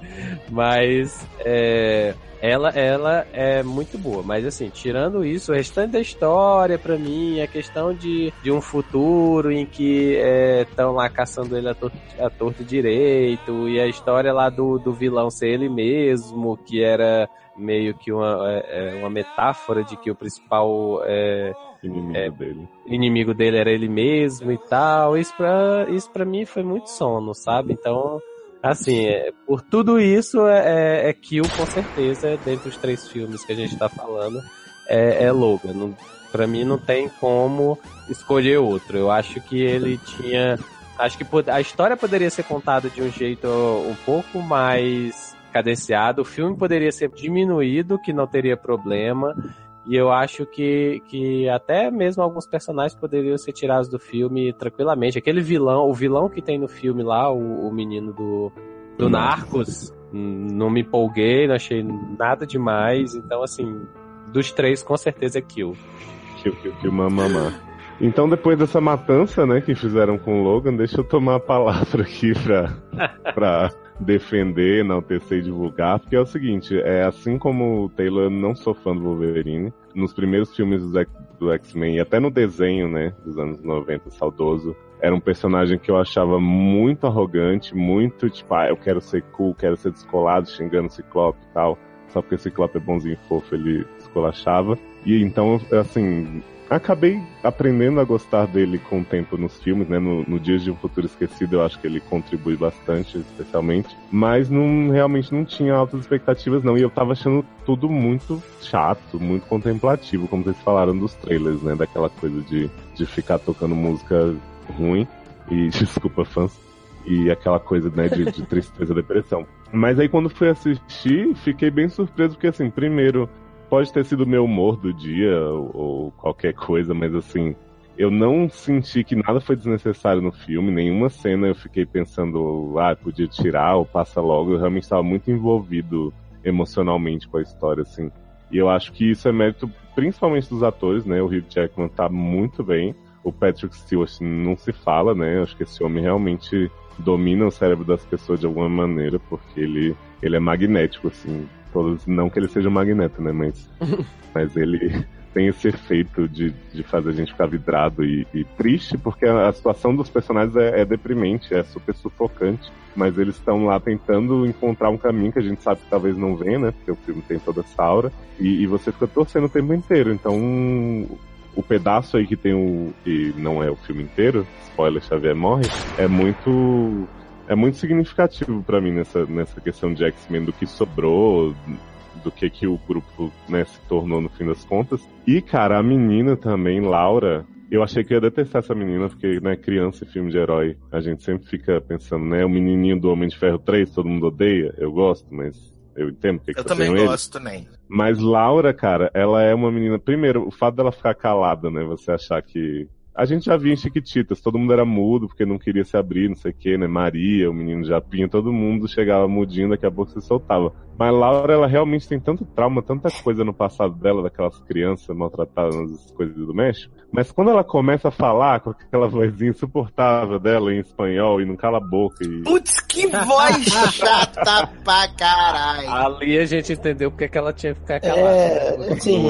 Mas é, ela, ela é muito boa. Mas assim, tirando isso, o restante da história, pra mim, a questão de, de um futuro em que estão é, lá caçando ele a torto, a torto direito, e a história lá do, do vilão ser ele mesmo, que era meio que uma, é, uma metáfora de que o principal é, inimigo, é, dele. inimigo dele era ele mesmo e tal. Isso pra, isso pra mim foi muito sono, sabe? Então, assim, é, por tudo isso é, é Kill, com certeza, dentre os três filmes que a gente tá falando, é, é Logan. Não, pra mim não tem como escolher outro. Eu acho que ele tinha... Acho que a história poderia ser contada de um jeito um pouco mais cadenciado, o filme poderia ser diminuído, que não teria problema, e eu acho que, que até mesmo alguns personagens poderiam ser tirados do filme tranquilamente. Aquele vilão, o vilão que tem no filme lá, o, o menino do, do Narcos, não me empolguei, não achei nada demais, então assim, dos três com certeza é Kill. Kill, Kill, Kill, mamamá. Então, depois dessa matança, né, que fizeram com o Logan, deixa eu tomar a palavra aqui pra, pra defender, enaltecer e divulgar, porque é o seguinte, é assim como o Taylor, eu não sou fã do Wolverine, nos primeiros filmes do, do X-Men, e até no desenho, né, dos anos noventa, saudoso, era um personagem que eu achava muito arrogante, muito, tipo, ah, eu quero ser cool, quero ser descolado, xingando o Ciclope e tal, só porque o Ciclope é bonzinho e fofo, ele esculachava, e então, assim... Acabei aprendendo a gostar dele com o tempo nos filmes, né? No, no Dias de um Futuro Esquecido eu acho que ele contribui bastante, especialmente. Mas não, realmente não tinha altas expectativas, não. E eu tava achando tudo muito chato, muito contemplativo, como vocês falaram dos trailers, né? Daquela coisa de, de ficar tocando música ruim. E, desculpa, fãs. E aquela coisa, né, de, de tristeza, depressão. Mas aí quando fui assistir, fiquei bem surpreso, porque assim, primeiro... Pode ter sido o meu humor do dia, ou, ou qualquer coisa, mas assim, eu não senti que nada foi desnecessário no filme, nenhuma cena eu fiquei pensando, ah, podia tirar ou passa logo, eu realmente estava muito envolvido emocionalmente com a história, assim. E eu acho que isso é mérito principalmente dos atores, né, o Hugh Jackman tá muito bem, o Patrick Stewart não se fala, né, acho que esse homem realmente domina o cérebro das pessoas de alguma maneira, porque ele, ele é magnético, assim. Todos, não que ele seja um magneto, né? Mas, mas ele tem esse efeito de, de fazer a gente ficar vidrado e, e triste, porque a, a situação dos personagens é, é deprimente, é super sufocante. Mas eles estão lá tentando encontrar um caminho que a gente sabe que talvez não venha, né? Porque o filme tem toda essa aura. E, e você fica torcendo o tempo inteiro. Então, um, o pedaço aí que tem o... que não é o filme inteiro, spoiler, Xavier morre, é muito... É muito significativo pra mim nessa, nessa questão de X-Men, do que sobrou, do que que o grupo, né, se tornou no fim das contas. E, cara, a menina também, Laura, eu achei que eu ia detestar essa menina, porque, né, criança e filme de herói, a gente sempre fica pensando, né, o menininho do Homem de Ferro três, todo mundo odeia, eu gosto, mas eu entendo porque eu que também eu gosto ele. também. Mas Laura, cara, ela é uma menina, primeiro, o fato dela ficar calada, né, você achar que... A gente já via em Chiquititas, todo mundo era mudo porque não queria se abrir, não sei o que, né? Maria, o menino Japinha, todo mundo chegava mudinho, daqui a pouco se soltava. Mas Laura, ela realmente tem tanto trauma, tanta coisa no passado dela, daquelas crianças maltratadas nas coisas do México. Mas quando ela começa a falar com aquela vozinha insuportável dela em espanhol e não cala a boca e... Putz, que voz chata pra caralho! Ali a gente entendeu porque que ela tinha que ficar calada. É, sim,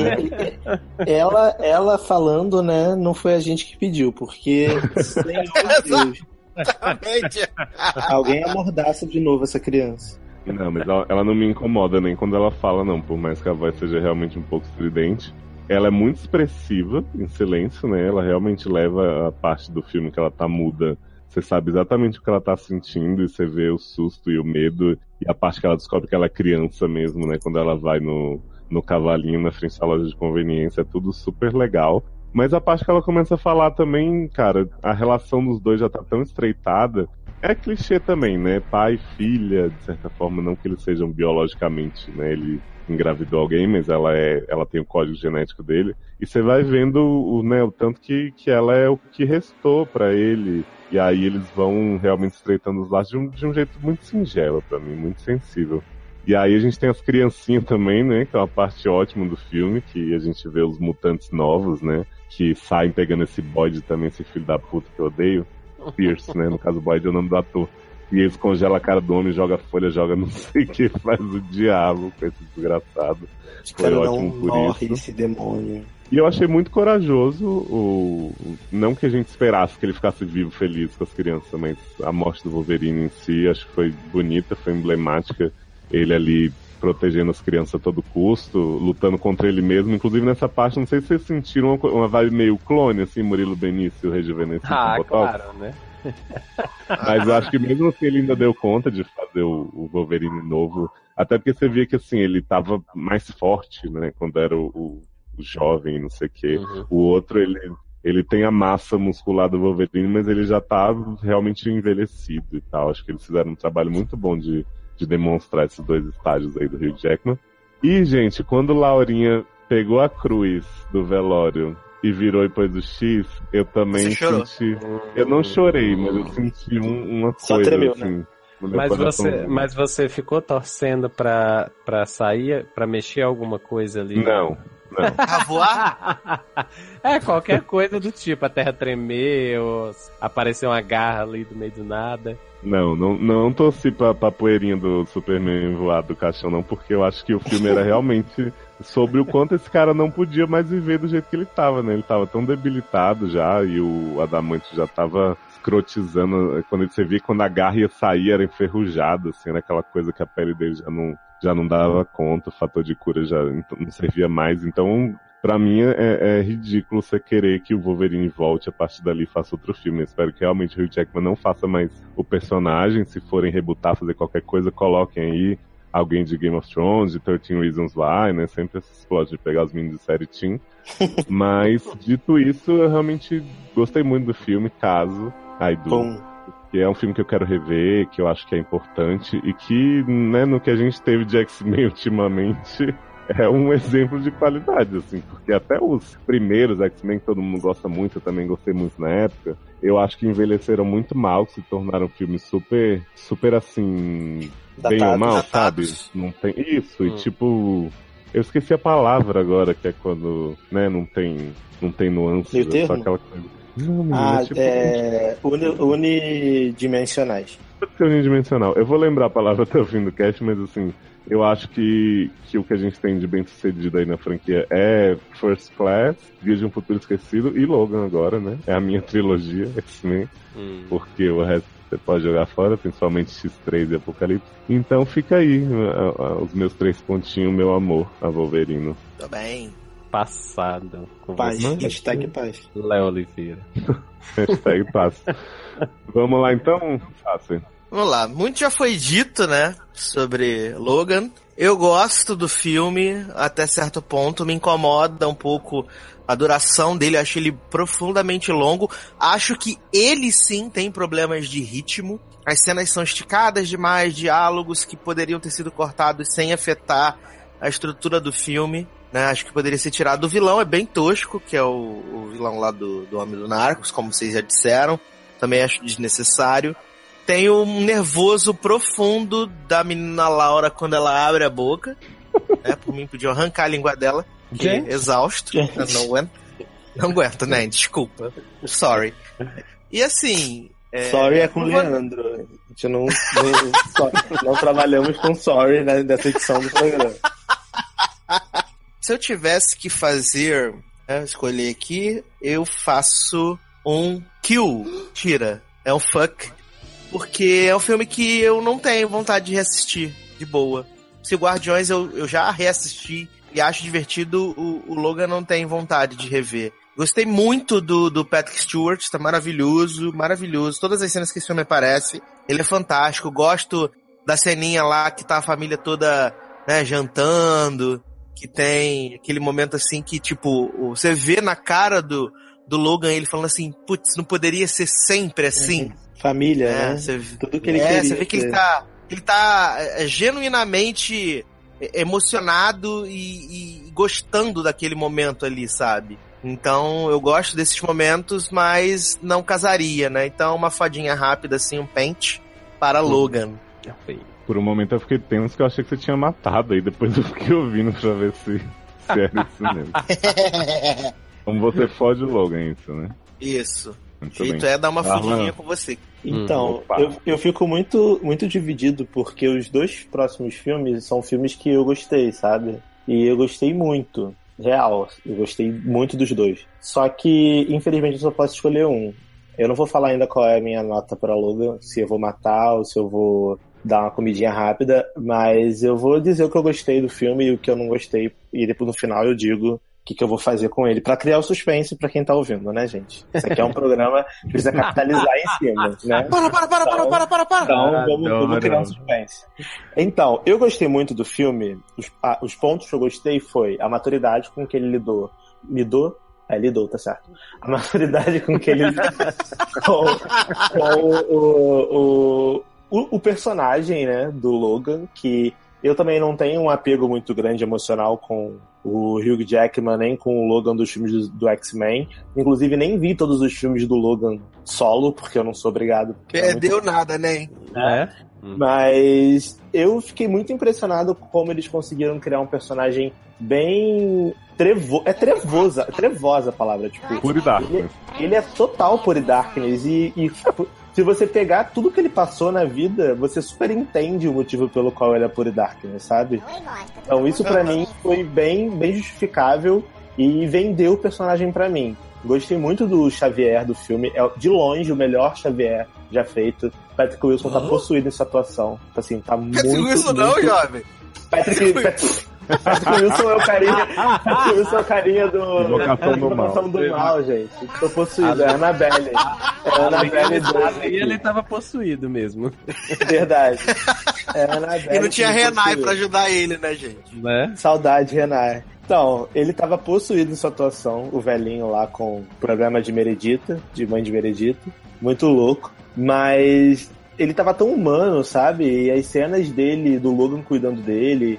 ela, ela falando, né, não foi a gente que pediu, porque, Senhor Deus, alguém amordaça de novo essa criança. Não, mas ela, ela não me incomoda nem quando ela fala, não, por mais que a voz seja realmente um pouco estridente. ela é muito expressiva em silêncio, né? Ela realmente leva a parte do filme que ela tá muda. Você sabe exatamente o que ela tá sentindo e você vê o susto e o medo. E a parte que ela descobre que ela é criança mesmo, né? Quando ela vai no, no cavalinho na frente da loja de conveniência. É tudo super legal. Mas a parte que ela começa a falar também, cara, a relação dos dois já tá tão estreitada. É clichê também, né? Pai e filha, de certa forma, não que eles sejam biologicamente, né? Ele engravidou alguém, mas ela, é, ela tem o código genético dele. E você vai vendo o, né, o tanto que, que ela é o que restou pra ele. E aí eles vão realmente estreitando os laços de um, de um jeito muito singelo pra mim, muito sensível. E aí a gente tem as criancinhas também, né? Que é uma parte ótima do filme, que a gente vê os mutantes novos, né? Que saem pegando esse Boyd também, esse filho da puta que eu odeio. Pierce, né? No caso, Boyd é o nome do ator. E eles congelam a cara do homem, joga folha, joga não sei o que, faz o diabo com esse desgraçado. Foi ótimo por morre isso. Esse demônio. E eu achei muito corajoso, o... não que a gente esperasse que ele ficasse vivo, feliz com as crianças, mas a morte do Wolverine em si, acho que foi bonita, foi emblemática. Ele ali protegendo as crianças a todo custo, lutando contra ele mesmo. Inclusive nessa parte, não sei se vocês sentiram uma, uma vibe meio clone, assim, Murilo Benício rejuvenescido. Ah, claro, né? Mas eu acho que mesmo assim ele ainda deu conta de fazer o, o Wolverine novo. Até porque você via que assim, ele tava mais forte, né? Quando era o, o, o jovem, não sei o quê. Uhum. O outro, ele, ele tem a massa muscular do Wolverine, mas ele já tá realmente envelhecido e tal. Acho que eles fizeram um trabalho muito bom de, de demonstrar esses dois estágios aí do Hugh Jackman. E, gente, quando Laurinha pegou a cruz do velório e virou e pôs o X, eu também senti... Eu não chorei, mas eu senti um, uma Só coisa, tremeu, assim... né? Mas você, mas você ficou torcendo pra, pra sair, pra mexer alguma coisa ali? Não, não. A voar? É, qualquer coisa do tipo, a terra tremer, ou aparecer uma garra ali do meio do nada. Não, não, não torci pra, pra poeirinha do Superman voar do caixão, não, porque eu acho que o filme era realmente sobre o quanto esse cara não podia mais viver do jeito que ele tava, né? Ele tava tão debilitado já, e o Adamante já tava escrotizando. Quando você via que quando a garra ia sair, era enferrujado, assim, era aquela coisa que a pele dele já não, já não dava conta, o fator de cura já não servia mais, então... Pra mim é, é ridículo você querer que o Wolverine volte a partir dali e faça outro filme. Eu espero que realmente o Hugh Jackman não faça mais o personagem. Se forem rebutar, fazer qualquer coisa, coloquem aí alguém de Game of Thrones, de thirteen Reasons Why, né? Sempre esse plot de pegar os meninos de série teen. Mas, dito isso, eu realmente gostei muito do filme, caso aí do... Que é um filme que eu quero rever, que eu acho que é importante e que, né, no que a gente teve de X-Men ultimamente... É um exemplo de qualidade, assim, porque até os primeiros X-Men que todo mundo gosta muito, eu também gostei muito na época, eu acho que envelheceram muito mal, se tornaram filmes super, super assim, Datados, bem ou mal, datados. sabe? Não tem isso, Hum. e tipo, eu esqueci a palavra agora, que é quando, né, não tem, não tem nuances, Meio é só termo? aquela coisa. Não, menino, Ah, é tipo, é... Uni, unidimensionais. pode ser unidimensional. Eu vou lembrar a palavra até o fim do cast, mas assim, eu acho que, que o que a gente tem de bem sucedido aí na franquia é First Class, Dia de um Futuro Esquecido e Logan agora, né? É a minha trilogia, X-Men, Hum. porque o resto você pode jogar fora, principalmente X três e Apocalipse. Então fica aí a- a- os meus três pontinhos, meu amor a Wolverine. Tô bem. Passado. Com Paz, você, hashtag paz. Léo Oliveira. Hashtag passa. Vamos lá então, Sácer. Vamos lá, muito já foi dito, né, sobre Logan. Eu gosto do filme até certo ponto, me incomoda um pouco a duração dele, eu acho ele profundamente longo. Acho que ele sim tem problemas de ritmo. As cenas são esticadas demais, diálogos que poderiam ter sido cortados sem afetar a estrutura do filme, né? Acho que poderia ser tirado. O vilão é bem tosco, que é o, o vilão lá do, do Homem do Narcos, como vocês já disseram. Também acho desnecessário. Tem um nervoso profundo da menina Laura quando ela abre a boca. Né? Por mim, podiam arrancar a língua dela. Que é exausto. Eu não aguento. Não aguento, né? Desculpa. Sorry. E assim... É... Sorry é com o Leandro. A gente não, não, só- não trabalhamos com sorry, né, dessa edição do programa. Se eu tivesse que fazer, né, escolher aqui, eu faço um kill. Tira. É um fuck. Porque é um filme que eu não tenho vontade de reassistir de boa. Se Guardiões eu, eu já reassisti e acho divertido, o, o Logan não tem vontade de rever. Gostei muito do, do Patrick Stewart, tá maravilhoso, maravilhoso. Todas as cenas que esse filme aparece, ele é fantástico. Gosto da ceninha lá que tá a família toda, né, jantando, que tem aquele momento assim que, tipo, você vê na cara do, do Logan ele falando assim, putz, não poderia ser sempre assim. Família, é, né? Você, Tudo que ele é, queria você vê que ter. ele tá, ele tá é, genuinamente emocionado e, e gostando daquele momento ali, sabe? Então, eu gosto desses momentos, mas não casaria, né? Então, uma fadinha rápida, assim, um pente para Logan. Por um momento eu fiquei tenso que eu achei que você tinha matado, aí depois eu fiquei ouvindo pra ver se, se era isso mesmo. Como você fode o Logan, isso, né? Isso. Muito O jeito bem. é dar uma Ah, fudidinha mano. com você. Então, Hum, eu, eu fico muito, muito dividido, porque os dois próximos filmes são filmes que eu gostei, sabe? E eu gostei muito. Real, eu gostei muito dos dois. Só que, infelizmente, eu só posso escolher um. Eu não vou falar ainda qual é a minha nota pra Logan, se eu vou matar ou se eu vou dar uma comidinha rápida, mas eu vou dizer o que eu gostei do filme e o que eu não gostei, e depois no final eu digo o que, que eu vou fazer com ele, pra criar o suspense pra quem tá ouvindo, né, gente? Isso aqui é um programa que precisa capitalizar em cima, né? Para, para, para, para, para, para, para! Então, vamos, vamos criar um suspense. Então, eu gostei muito do filme. Os, a, os pontos que eu gostei foi a maturidade com que ele lidou. Lidou? É, lidou, tá certo. A maturidade com que ele lidou com, com o, o, o, o personagem, né, do Logan, que eu também não tenho um apego muito grande emocional com o Hugh Jackman, nem com o Logan dos filmes do, do X-Men. Inclusive, nem vi todos os filmes do Logan solo, porque eu não sou obrigado. Perdeu É muito... nada, né? É. Mas eu fiquei muito impressionado com como eles conseguiram criar um personagem bem trevo... é trevosa, é trevosa a palavra, tipo, Pure Darkness. Ele, ele é total Pure Darkness e, e se você pegar tudo que ele passou na vida, você super entende o motivo pelo qual ele é Pure Darkness, sabe? Então isso pra mim foi bem, bem justificável e vendeu o personagem pra mim. Gostei muito do Xavier do filme, é de longe o melhor Xavier já feito. Patrick Wilson tá possuído nessa atuação. Assim, tá muito... Patrick Wilson não, muito... jovem! Patrick, Patrick, Patrick Wilson é o carinha. Patrick Wilson é o carinha do. Invocação do Mal. Invocação do Mal, gente. Tô possuído, é a Annabelle. É a Annabelle dois. E ele tava possuído mesmo. Verdade. É a Annabelle. E não tinha que me Renai possuiu. pra ajudar ele, né, gente? Né? Saudade, Renai. Então, ele tava possuído em sua atuação, o velhinho lá com o programa de Meredita, de Mãe de Meredita. Muito louco. Mas ele tava tão humano, sabe? E as cenas dele, do Logan cuidando dele,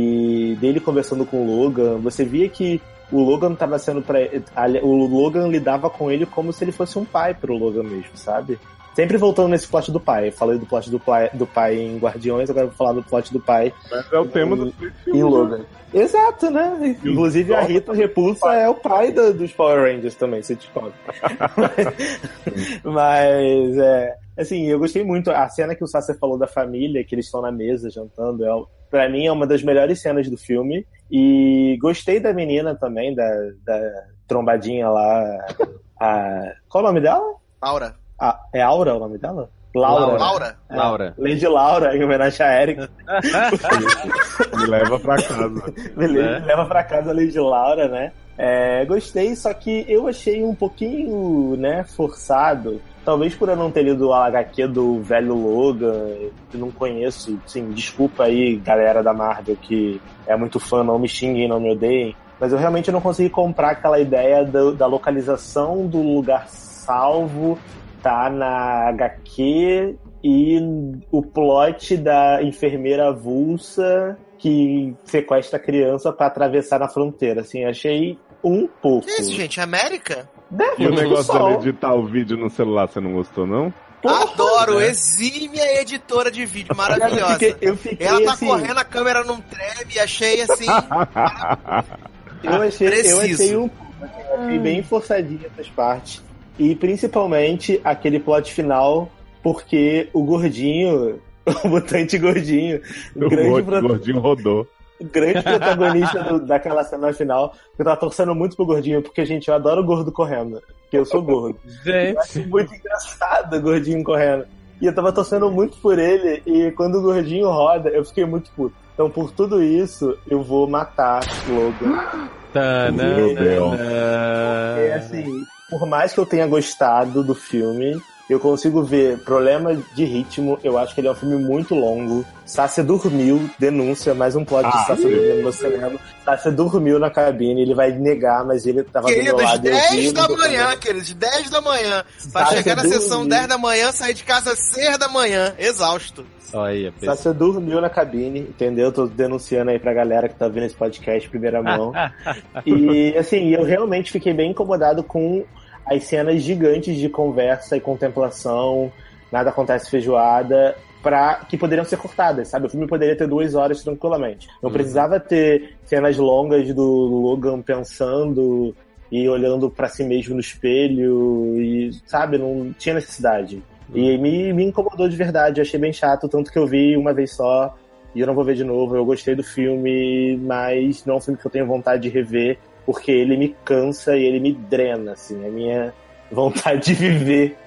e dele conversando com o Logan, você via que o Logan tava sendo pra... o Logan lidava com ele como se ele fosse um pai pro Logan mesmo, sabe? Sempre voltando nesse plot do pai. Eu falei do plot do pai, do pai em Guardiões, agora eu vou falar do plot do pai. Mas é o tema do em Logan. Exato, né? Inclusive a Rita Repulsa é o pai do, dos Power Rangers também, se te conta. mas, mas, é... Assim, eu gostei muito. A cena que o Sasser falou da família, que eles estão na mesa jantando, é, pra mim é uma das melhores cenas do filme. E gostei da menina também, da, da trombadinha lá. A... Qual é o nome dela? Laura. Ah, é Aura o nome dela? Laura. Laura. É, Laura. Lady Laura, em homenagem a Eric. Me leva pra casa. Me Né? leva pra casa a Lady Laura, né? É, gostei, só que eu achei um pouquinho, né, forçado. Talvez por eu não ter lido o H Q do velho Logan, que não conheço. Sim, desculpa aí, galera da Marvel, que é muito fã, não me xinguem, não me odeiem. Mas eu realmente não consegui comprar aquela ideia do, da localização do lugar salvo, tá na H Q, e o plot da enfermeira avulsa que sequestra a criança pra atravessar na fronteira. Assim, achei um pouco. Que isso, gente? América? Deve, E o negócio sol. dele editar o vídeo no celular, você não gostou, não? Porra, Adoro, né? exímia editora de vídeo, maravilhosa. Eu fiquei, eu fiquei Ela tá assim, correndo, a câmera não treme, achei assim. Eu achei, eu Preciso. achei um achei bem forçadinho essas partes. E principalmente aquele plot final, porque o gordinho, o mutante gordinho, O grande, gordo- pro- gordinho rodou. grande protagonista do- daquela cena final, eu tava torcendo muito pro gordinho, porque, gente, eu adoro o gordo correndo, porque eu sou gordo. Eu acho Gente. muito engraçado o gordinho correndo. E eu tava torcendo muito por ele, e quando o gordinho roda, eu fiquei muito puto. Então, por tudo isso, eu vou matar Logan. Tá, Meu Deus. Porque, assim, por mais que eu tenha gostado do filme, eu consigo ver problema de ritmo. Eu acho que ele é um filme muito longo. Sácia dormiu, denúncia, mais um plot Ah, de Sácia dormindo no cinema. Sácia dormiu na cabine, ele vai negar, mas ele tava do meu Queridos, lado. dez da manhã, queridos, dez da manhã. Pra Sácia chegar na dormiu. sessão dez da manhã, sair de casa seis da manhã, exausto. Olha, Sácia dormiu na cabine, entendeu? Tô denunciando aí pra galera que tá vendo esse podcast em primeira mão. E, assim, eu realmente fiquei bem incomodado com as cenas gigantes de conversa e contemplação, nada acontece feijoada, pra, que poderiam ser cortadas, sabe? O filme poderia ter duas horas tranquilamente. Não Uhum. precisava ter cenas longas do Logan pensando e olhando pra si mesmo no espelho, e, sabe? Não tinha necessidade. E me, me incomodou de verdade, eu achei bem chato, tanto que eu vi uma vez só, e eu não vou ver de novo. Eu gostei do filme, mas não é um filme que eu tenho vontade de rever, porque ele me cansa e ele me drena, assim, a minha vontade de viver.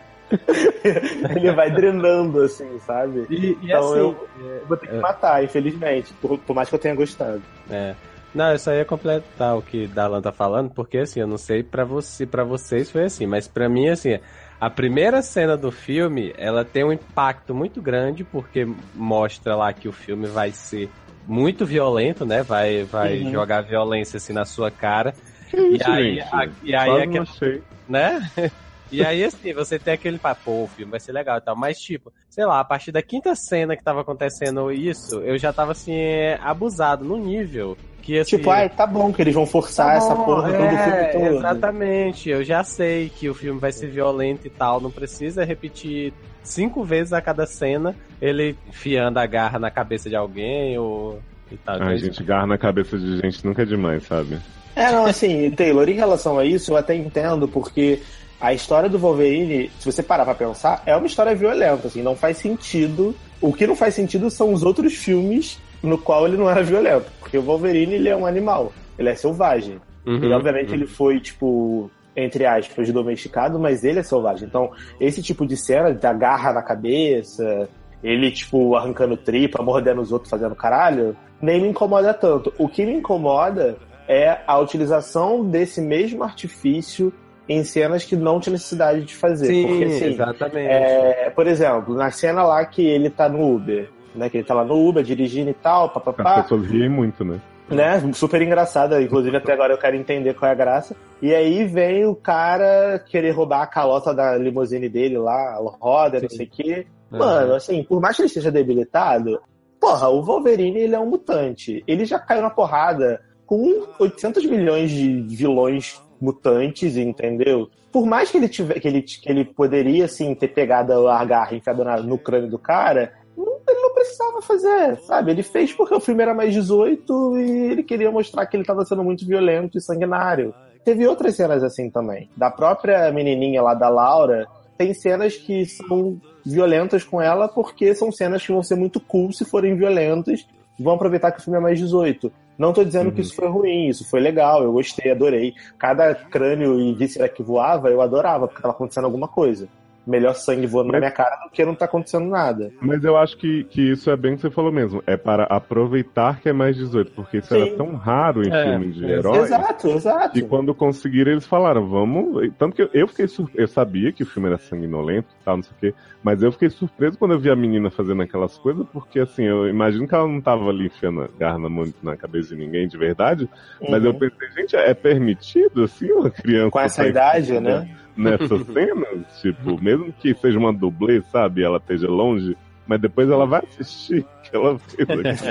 Ele vai drenando, assim, sabe? E, e então assim, eu, eu vou ter que matar, infelizmente, por, por mais que eu tenha gostado. É. Não, eu só ia completar o que Dalan tá falando, porque assim, eu não sei pra você, pra vocês foi assim, mas pra mim, assim, a primeira cena do filme, ela tem um impacto muito grande, porque mostra lá que o filme vai ser muito violento, né? Vai, vai Uhum. jogar violência assim na sua cara. Que E isso, aí, gente? a, e aí Quase aquela- não achei. né? E aí, assim, você tem aquele papo, pô, o filme vai ser legal e tal, mas tipo, sei lá, a partir da quinta cena que tava acontecendo isso, eu já tava, assim, abusado no nível que, assim... Tipo, ai, tá bom que eles vão forçar Tá essa bom, porra todo o filme é, todo. exatamente, eu já sei que o filme vai ser violento e tal, não precisa repetir cinco vezes a cada cena, ele enfiando a garra na cabeça de alguém ou... E tal. Ai, gente, garra na cabeça de gente nunca é demais, sabe? É, não, assim, Taylor, em relação a isso, eu até entendo, porque a história do Wolverine, se você parar pra pensar, é uma história violenta, assim, não faz sentido. O que não faz sentido são os outros filmes no qual ele não era violento, porque o Wolverine, ele é um animal, ele é selvagem. Uhum, e, obviamente, uhum. ele foi, tipo, entre aspas, domesticado, mas ele é selvagem. Então, esse tipo de cena, da garra na cabeça, ele, tipo, arrancando tripa, mordendo os outros, fazendo caralho, nem me incomoda tanto. O que me incomoda é a utilização desse mesmo artifício em cenas que não tinha necessidade de fazer. Sim, porque, assim, exatamente. é, por exemplo, na cena lá que ele tá no Uber, né? Que ele tá lá no Uber, dirigindo e tal, papapá. As pessoas riem muito, né? Né? Super engraçada, inclusive até agora eu quero entender qual é a graça. E aí vem o cara querer roubar a calota da limusine dele lá, roda, não sei o quê. Mano, assim, por mais que ele esteja debilitado, porra, o Wolverine, ele é um mutante. Ele já caiu na porrada com oitocentos milhões de vilões mutantes, entendeu? Por mais que ele tiver, que ele, que ele poderia, assim, ter pegado a garra enfiada na- no crânio do cara, não- ele não precisava fazer, sabe? Ele fez porque o filme era mais dezoito e ele queria mostrar que ele estava sendo muito violento e sanguinário. Teve outras cenas assim também. Da própria menininha lá, da Laura, tem cenas que são violentas com ela porque são cenas que vão ser muito cool se forem violentas. Vão aproveitar que o filme é mais dezoito. Não tô dizendo Uhum. que isso foi ruim, isso foi legal, eu gostei, adorei. Cada crânio e víscera que voava, eu adorava, porque tava acontecendo alguma coisa. Melhor sangue voando na Mas- minha cara do que não tá acontecendo nada. Mas eu acho que, que isso é bem o que você falou mesmo. É para aproveitar que é mais dezoito, porque isso Sim. era tão raro em É, filmes de é, heróis. Exato, exato. E quando conseguiram, eles falaram, vamos. Tanto que eu, eu fiquei surpreso. Eu sabia que o filme era sanguinolento e tal, não sei o quê. Mas eu fiquei surpreso quando eu vi a menina fazendo aquelas coisas, porque assim, eu imagino que ela não tava ali enfiando a garra na, mão- na cabeça de ninguém de verdade. Mas Uhum. eu pensei, gente, é permitido assim uma criança. Com essa tá idade, enfiada né? Nessas cenas? Tipo, mesmo que seja uma dublê, sabe? Ela esteja longe. Mas depois ela vai assistir o que ela fez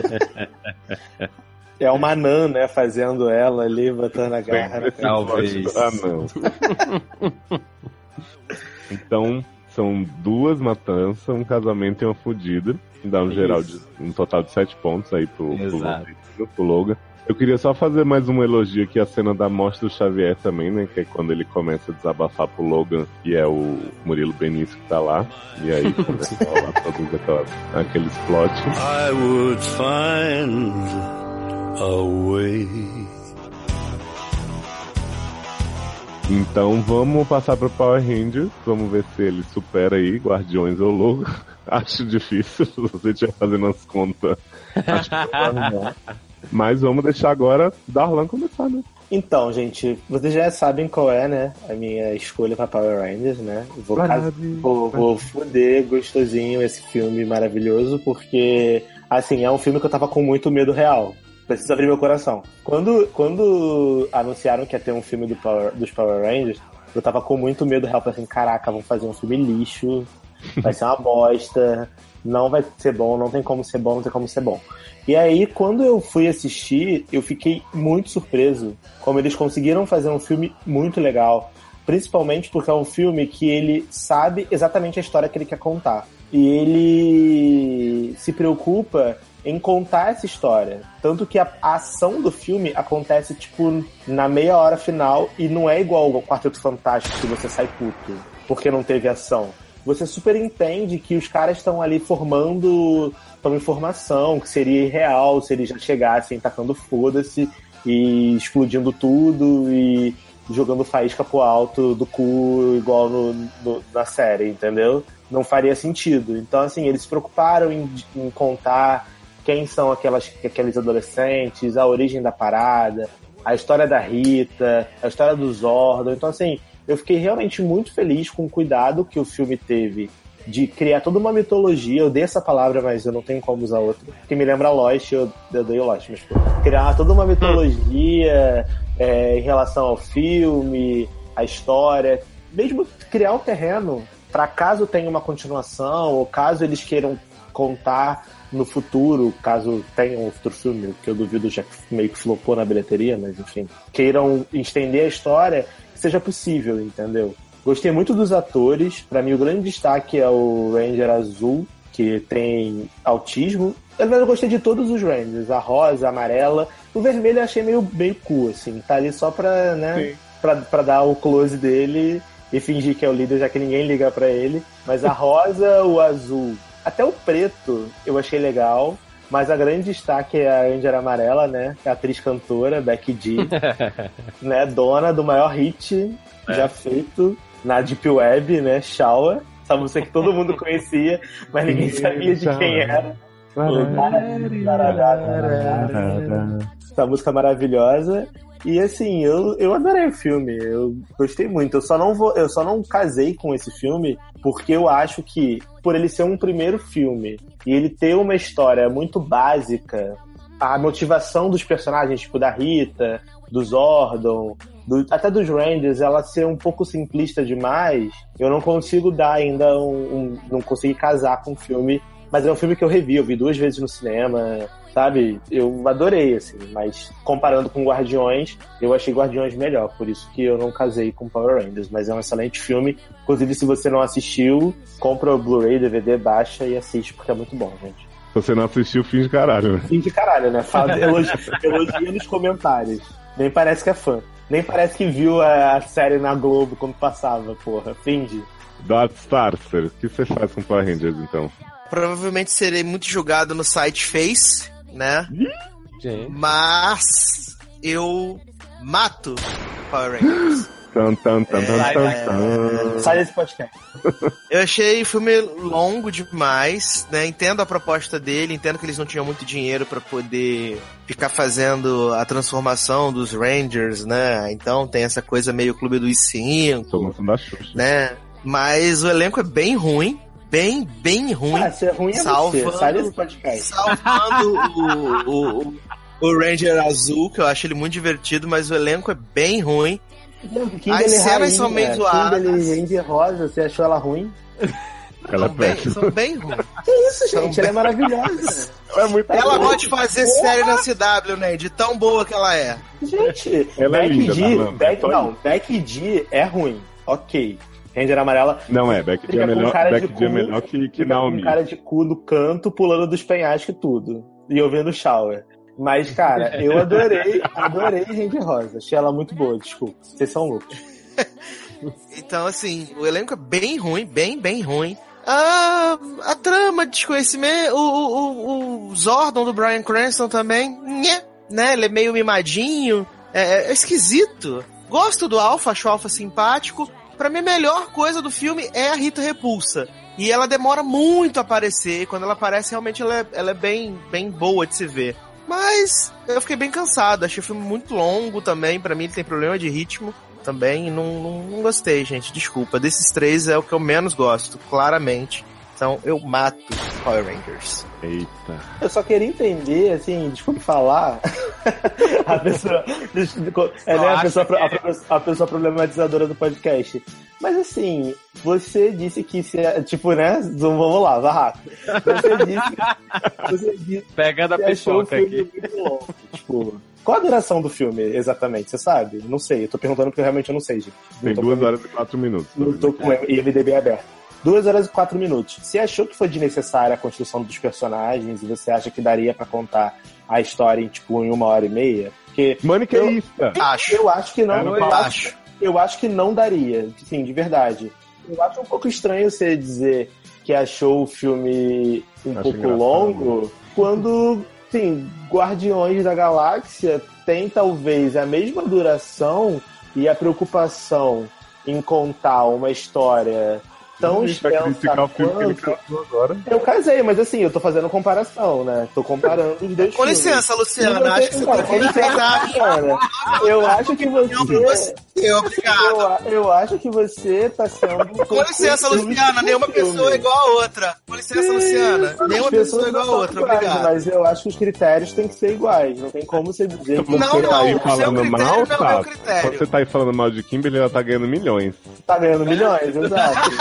aqui. É uma Nan, né, fazendo ela ali, botando a garra na Talvez. Ah, não. Então, são duas matanças, um casamento e uma fudida. Dá um geral de um total de sete pontos aí pro, pro, Exato. pro Logan. Eu queria só fazer mais um elogio aqui, a cena da morte do Xavier também, né? Que é quando ele começa a desabafar pro Logan, e é o Murilo Benício que tá lá. E aí começa a rolar todos aquelas, aqueles plot. I would find a way. Então vamos passar pro Power Rangers, vamos ver se ele supera aí Guardiões ou Logan. Acho difícil, se você estiver fazendo as contas Acho que não. Mas vamos deixar agora Darlan começar, né? Então, gente, vocês já sabem qual é, né, a minha escolha pra Power Rangers, né? Vou, cas- vou, vou foder gostosinho esse filme maravilhoso, porque, assim, é um filme que eu tava com muito medo real. Preciso abrir meu coração. Quando, quando anunciaram que ia ter um filme do Power, dos Power Rangers, eu tava com muito medo real. Falei assim, caraca, vamos fazer um filme lixo, vai ser uma bosta, não vai ser bom, não tem como ser bom, não tem como ser bom. E aí, quando eu fui assistir, eu fiquei muito surpreso como eles conseguiram fazer um filme muito legal. Principalmente porque é um filme que ele sabe exatamente a história que ele quer contar. E ele se preocupa em contar essa história. Tanto que a, a ação do filme acontece, tipo, na meia hora final e não é igual ao Quarteto Fantástico que você sai puto porque não teve ação. Você super entende que os caras estão ali formando uma informação que seria irreal se eles já chegassem tacando foda-se e explodindo tudo e jogando faísca pro alto do cu igual no, no, na série, entendeu? Não faria sentido. Então, assim, eles se preocuparam em, em contar quem são aquelas, aqueles adolescentes, a origem da parada, a história da Rita, a história do Zordon. Então, assim, eu fiquei realmente muito feliz com o cuidado que o filme teve de criar toda uma mitologia. Eu dei essa palavra, mas eu não tenho como usar outra, porque me lembra Lost, eu, eu dei o Lost, mas criar toda uma mitologia é, em relação ao filme, a história, mesmo criar um terreno para caso tenha uma continuação, ou caso eles queiram contar no futuro, caso tenha um futuro filme, que eu duvido já meio que flopou na bilheteria, mas enfim, queiram estender a história, seja possível, entendeu? Gostei muito dos atores. Pra mim o grande destaque é o Ranger Azul, que tem autismo. Eu gostei de todos os Rangers, a rosa, a amarela. O vermelho eu achei meio, meio cool, assim, tá ali só pra, né, pra, pra dar o close dele e fingir que é o líder, já que ninguém liga pra ele. Mas a rosa, o azul, até o preto eu achei legal. Mas a grande destaque é a Ranger amarela, né? A atriz cantora, Becky G, né? Dona do maior hit é. já feito na Deep Web, né? Shower. Essa música que todo mundo conhecia, mas ninguém sabia de quem era. Essa música maravilhosa. E assim, eu, eu adorei o filme, eu gostei muito. Eu só não vou, eu só não casei com esse filme porque eu acho que, por ele ser um primeiro filme e ele ter uma história muito básica, a motivação dos personagens, tipo da Rita, do Zordon, do, até dos Rangers, ela ser um pouco simplista demais, eu não consigo dar ainda um, um não consegui casar com o filme. Mas é um filme que eu revi, eu vi duas vezes no cinema, sabe? Eu adorei, assim, mas comparando com Guardiões, eu achei Guardiões melhor, por isso que eu não casei com Power Rangers, mas é um excelente filme. Inclusive, se você não assistiu, compra o Blu-ray, D V D, baixa e assiste, porque é muito bom, gente. Se você não assistiu, fim de caralho, né? Fim de caralho, né? Fala, elogia, elogia nos comentários. Nem parece que é fã. Nem parece que viu a, a série na Globo quando passava, porra. Finge. Darth Starster, o que você faz com Power Rangers, então? Provavelmente serei muito julgado no site Face, né? Sim. Mas eu mato Power Rangers. Tan, tan, tan, tan, É, tan, é. tan. Sai desse podcast. Eu achei o filme longo demais, né? Entendo a proposta dele, entendo que eles não tinham muito dinheiro pra poder ficar fazendo a transformação dos Rangers, né? Então tem essa coisa meio Clube dos Cinco, Promoção da Xuxa. né? Mas o elenco é bem ruim. Bem, bem ruim. Ah, se é ruim é salvando, você. Sai desse podcast. Salvando o, o, o, o Ranger Azul, que eu acho ele muito divertido, mas o elenco é bem ruim. Kimberly As cenas Rainha, são meio zoadas. Kimberly Rainha Rosa, você achou ela ruim? Ela é São bem, péssima. são bem ruins. Que isso, gente? São Ela é bem- maravilhosa. Ela é muito Ela boa. pode fazer série na C W, né? De tão boa que ela é. Gente, Ela é Becky linda, G, Darlan, Beck, só não, isso. Becky G é ruim. Ok. Ranger amarela. Não é, Becky G Fica é com melhor, cara de Becky G é cu, melhor que, que fica Naomi. com cara de cu no canto, pulando dos penhascos e tudo. E ouvindo Shower. Mas, cara, eu adorei, adorei Ranger Rosa. Achei ela muito boa, desculpa. Vocês são loucos. Então, assim, o elenco é bem ruim, bem, bem ruim. Ah, a trama de desconhecimento, o, o, o Zordon do Bryan Cranston também, nhé, né? Ele é meio mimadinho, é, é esquisito. Gosto do Alpha, acho o Alpha simpático. Pra mim, a melhor coisa do filme é a Rita Repulsa. E ela demora muito a aparecer. E quando ela aparece, realmente ela é, ela é bem, bem boa de se ver. Mas eu fiquei bem cansado. Achei o filme muito longo também. Pra mim, ele tem problema de ritmo também. E não, não, não gostei, gente. Desculpa. Desses três é o que eu menos gosto, claramente. Então eu mato Power Rangers. Eita. Eu só queria entender, assim, desculpe falar, a pessoa, é, né, a, pessoa a, a pessoa problematizadora do podcast. Mas assim, você disse que se, tipo, né, vamos lá, vai rápido. Você disse, você disse pegando a pipoca aqui. Muito longo, tipo, qual a duração do filme, exatamente? Você sabe? Não sei, eu tô perguntando porque eu realmente eu não sei, gente. Tem duas horas e quatro minutos. Não tô com o I M D B aberto. Duas horas e quatro minutos. Você achou que foi desnecessária a construção dos personagens e você acha que daria pra contar a história em, tipo, em uma hora e meia? Porque maniqueísta. Eu, acho. eu acho que não. Eu, eu acho. acho. Eu acho que não daria. Sim, de verdade. Eu acho um pouco estranho você dizer que achou o filme um acho pouco engraçado. longo quando, sim, Guardiões da Galáxia tem talvez a mesma duração e a preocupação em contar uma história tão extensa quanto... Agora. Eu casei, mas assim, eu tô fazendo comparação, né? Tô comparando os dois Com filmes. licença, Luciana, você, acho que você cara, tem que respeitar. Luciana, eu acho que você... Eu, obrigado. Eu, eu acho que você tá sendo... Com licença, Luciana, nenhuma pessoa é igual a outra. Com licença, Sim, Luciana, nenhuma pessoa é igual a outra, iguais, obrigado. Mas eu acho que os critérios têm que ser iguais, não tem como você dizer que... Não, você não, tá aí o falando seu mal, critério não é o meu tá? critério. Quando você tá aí falando mal de Kimberly, ela tá ganhando milhões. Tá ganhando milhões, exato.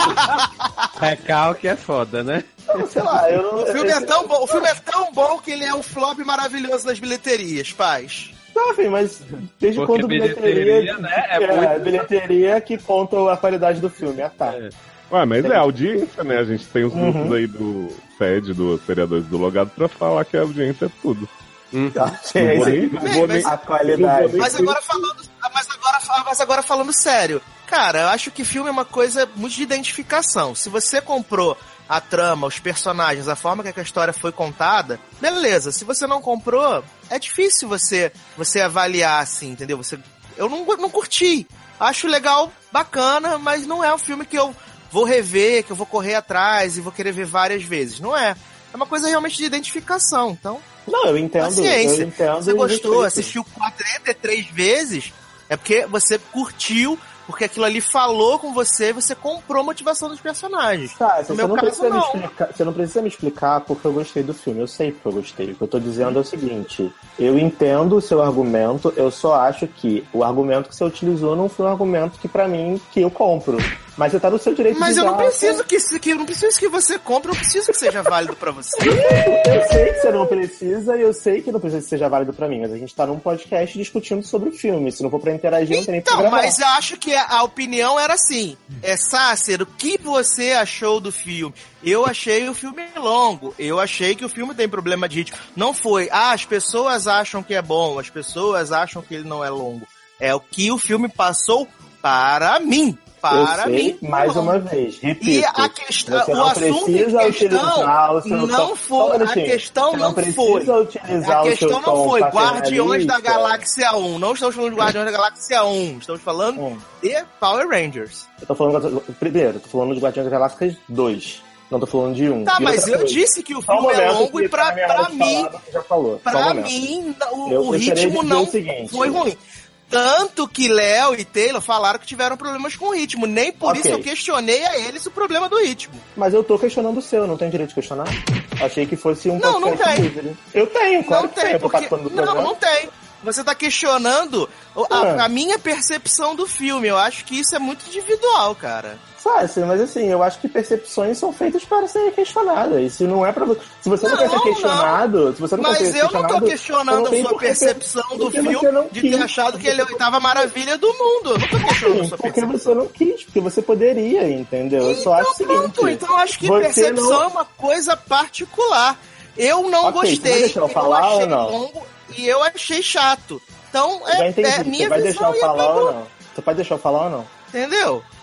Recalque é foda, né? Não, sei lá, eu não... O filme, é tão bom, o filme é tão bom que ele é um flop maravilhoso nas bilheterias, paz. Tá, filho, mas desde Porque quando bilheteria, bilheteria, né? É, é muito... bilheteria que conta a qualidade do filme, ah tá. É. Ué, mas é audiência, né? A gente tem os grupos Uhum. aí do S E D, dos Vereadores do Logado, pra falar que a audiência é tudo. Hum. Não vou nem, não vou nem, a qualidade. Mas agora falando, mas agora, mas agora falando sério, cara, eu acho que filme é uma coisa muito de identificação. Se você comprou a trama, os personagens, a forma que a história foi contada, beleza. Se você não comprou, é difícil você você avaliar assim, entendeu? Você, eu não, não curti. Acho legal, bacana, mas não é um filme que eu vou rever, que eu vou correr atrás e vou querer ver várias vezes. Não é. É uma coisa realmente de identificação. Então, não, eu entendo. Paciência. Eu entendo. Você gostou, assistiu quarenta e três vezes, é porque você curtiu, porque aquilo ali falou com você, você comprou a motivação dos personagens. Tá, no você, meu não caso, precisa não. Me explicar, você não precisa me explicar porque eu gostei do filme. Eu sei porque eu gostei. O que eu tô dizendo é o seguinte: eu entendo o seu argumento, eu só acho que o argumento que você utilizou não foi um argumento que, pra mim, que eu compro. Mas você tá no seu direito Mas de eu não usar, preciso que, que, eu não preciso que você compre, eu preciso que seja válido pra você. Eu sei que você não precisa e eu sei que não precisa que seja válido pra mim, mas a gente tá num podcast discutindo sobre o filme. Se não for pra interagir, não tem nem pra Então, gravar. mas eu acho que a, a opinião era assim. É, Sácer, o que você achou do filme? Eu achei o filme longo. Eu achei que o filme tem problema de ritmo. Não foi, ah, as pessoas acham que é bom, as pessoas acham que ele não é longo. É o que o filme passou para mim. Para eu sei, mim, mais não. uma vez, repito. E a questão, você o não assunto precisa em questão utilizar o seu não tom. foi, a questão você não, não foi. Utilizar A questão o seu não tom foi Guardiões da paternalista. Galáxia um. Não estamos falando de Guardiões da Galáxia um. Estamos falando Hum. de Power Rangers. Eu tô falando, primeiro, eu tô falando de Guardiões da Galáxia dois. Não tô falando de um. Tá, e mas eu coisa. disse que o Só um filme é momento longo que e pra, tá na minha pra hora de mim, falar, você já falou. Só um pra momento. mim, o, Eu o gostaria ritmo de dizer não o seguinte. foi ruim. Tanto que Léo e Taylor falaram que tiveram problemas com o ritmo. Nem por Ok. isso eu questionei a eles o problema do ritmo. Mas eu tô questionando o seu, não tenho direito de questionar? Achei que fosse um Não, não podcast tem. livre. Eu tenho, claro Não que tem, tenho, eu tô porque... participando do Não, programa. não tem. Você tá questionando a, Ah. a minha percepção do filme. Eu acho que isso é muito individual, cara. Fácil, mas assim, eu acho que percepções são feitas para serem questionadas. Isso não é pra você. Se você não, Não, quer ser questionado, se você não Mas quer ser eu não tô questionado, questionando não tem a sua por que- percepção do porque filme você não de quis. ter achado que ele é a oitava maravilha do mundo. Eu não tô questionando a sua Porque percepção. você não quis, porque você poderia, entendeu? Eu só acho o seguinte. Pronto, então eu acho que você percepção não- é uma coisa particular. Eu não Ok, você gostei, vai deixar eu eu falar achei ou não? longo e eu achei chato. Então, Eu já é, entendi. é minha Você vai visão deixar eu e falar acabou. ou não? Você pode deixar eu falar ou não? Entendeu?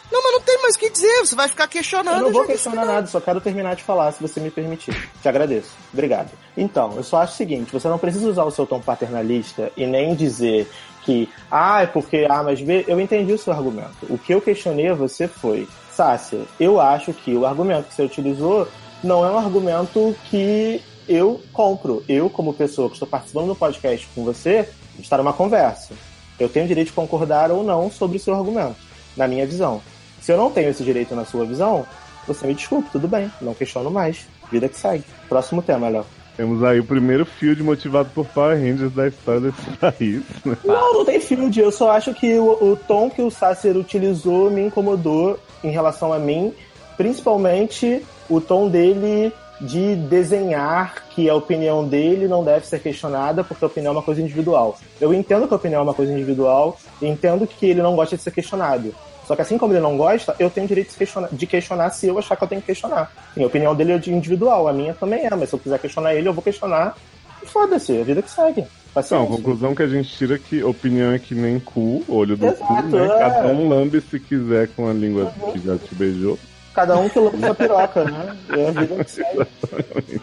Não, mas não tem mais o que dizer, você vai ficar questionando. Eu não vou já questionar disse, nada, só quero terminar de falar, se você me permitir. Te agradeço. Obrigado. Então, eu só acho o seguinte, você não precisa usar o seu tom paternalista e nem dizer que, ah, é porque A mais B, eu entendi o seu argumento. O que eu questionei a você foi, Sácia, eu acho que o argumento que você utilizou não é um argumento que eu compro. Eu, como pessoa que estou participando do podcast com você, está numa conversa. Eu tenho o direito de concordar ou não sobre o seu argumento, na minha visão. Se eu não tenho esse direito na sua visão, você me desculpe, tudo bem, não questiono mais. Vida que segue. Próximo tema, Léo. Temos aí o primeiro field motivado por Power Rangers da história desse país, né? Não, não tem field. Eu só acho que o, o tom que o Sácer utilizou me incomodou em relação a mim. Principalmente o tom dele de desenhar que a opinião dele não deve ser questionada porque a opinião é uma coisa individual. Eu entendo que a opinião é uma coisa individual e entendo que ele não gosta de ser questionado. Só que assim como ele não gosta, eu tenho o direito de questionar, de questionar se eu achar que eu tenho que questionar. Sim, a opinião dele é de individual, a minha também é, mas se eu quiser questionar ele, eu vou questionar. E foda-se, a vida que segue. Não, a conclusão que a gente tira é que opinião é que nem cu, olho do Exato, cu, né? é. Cada um lambe se quiser com a língua uhum. que já te beijou. Cada um que lambe sua piroca, né? É a vida que segue. Exatamente.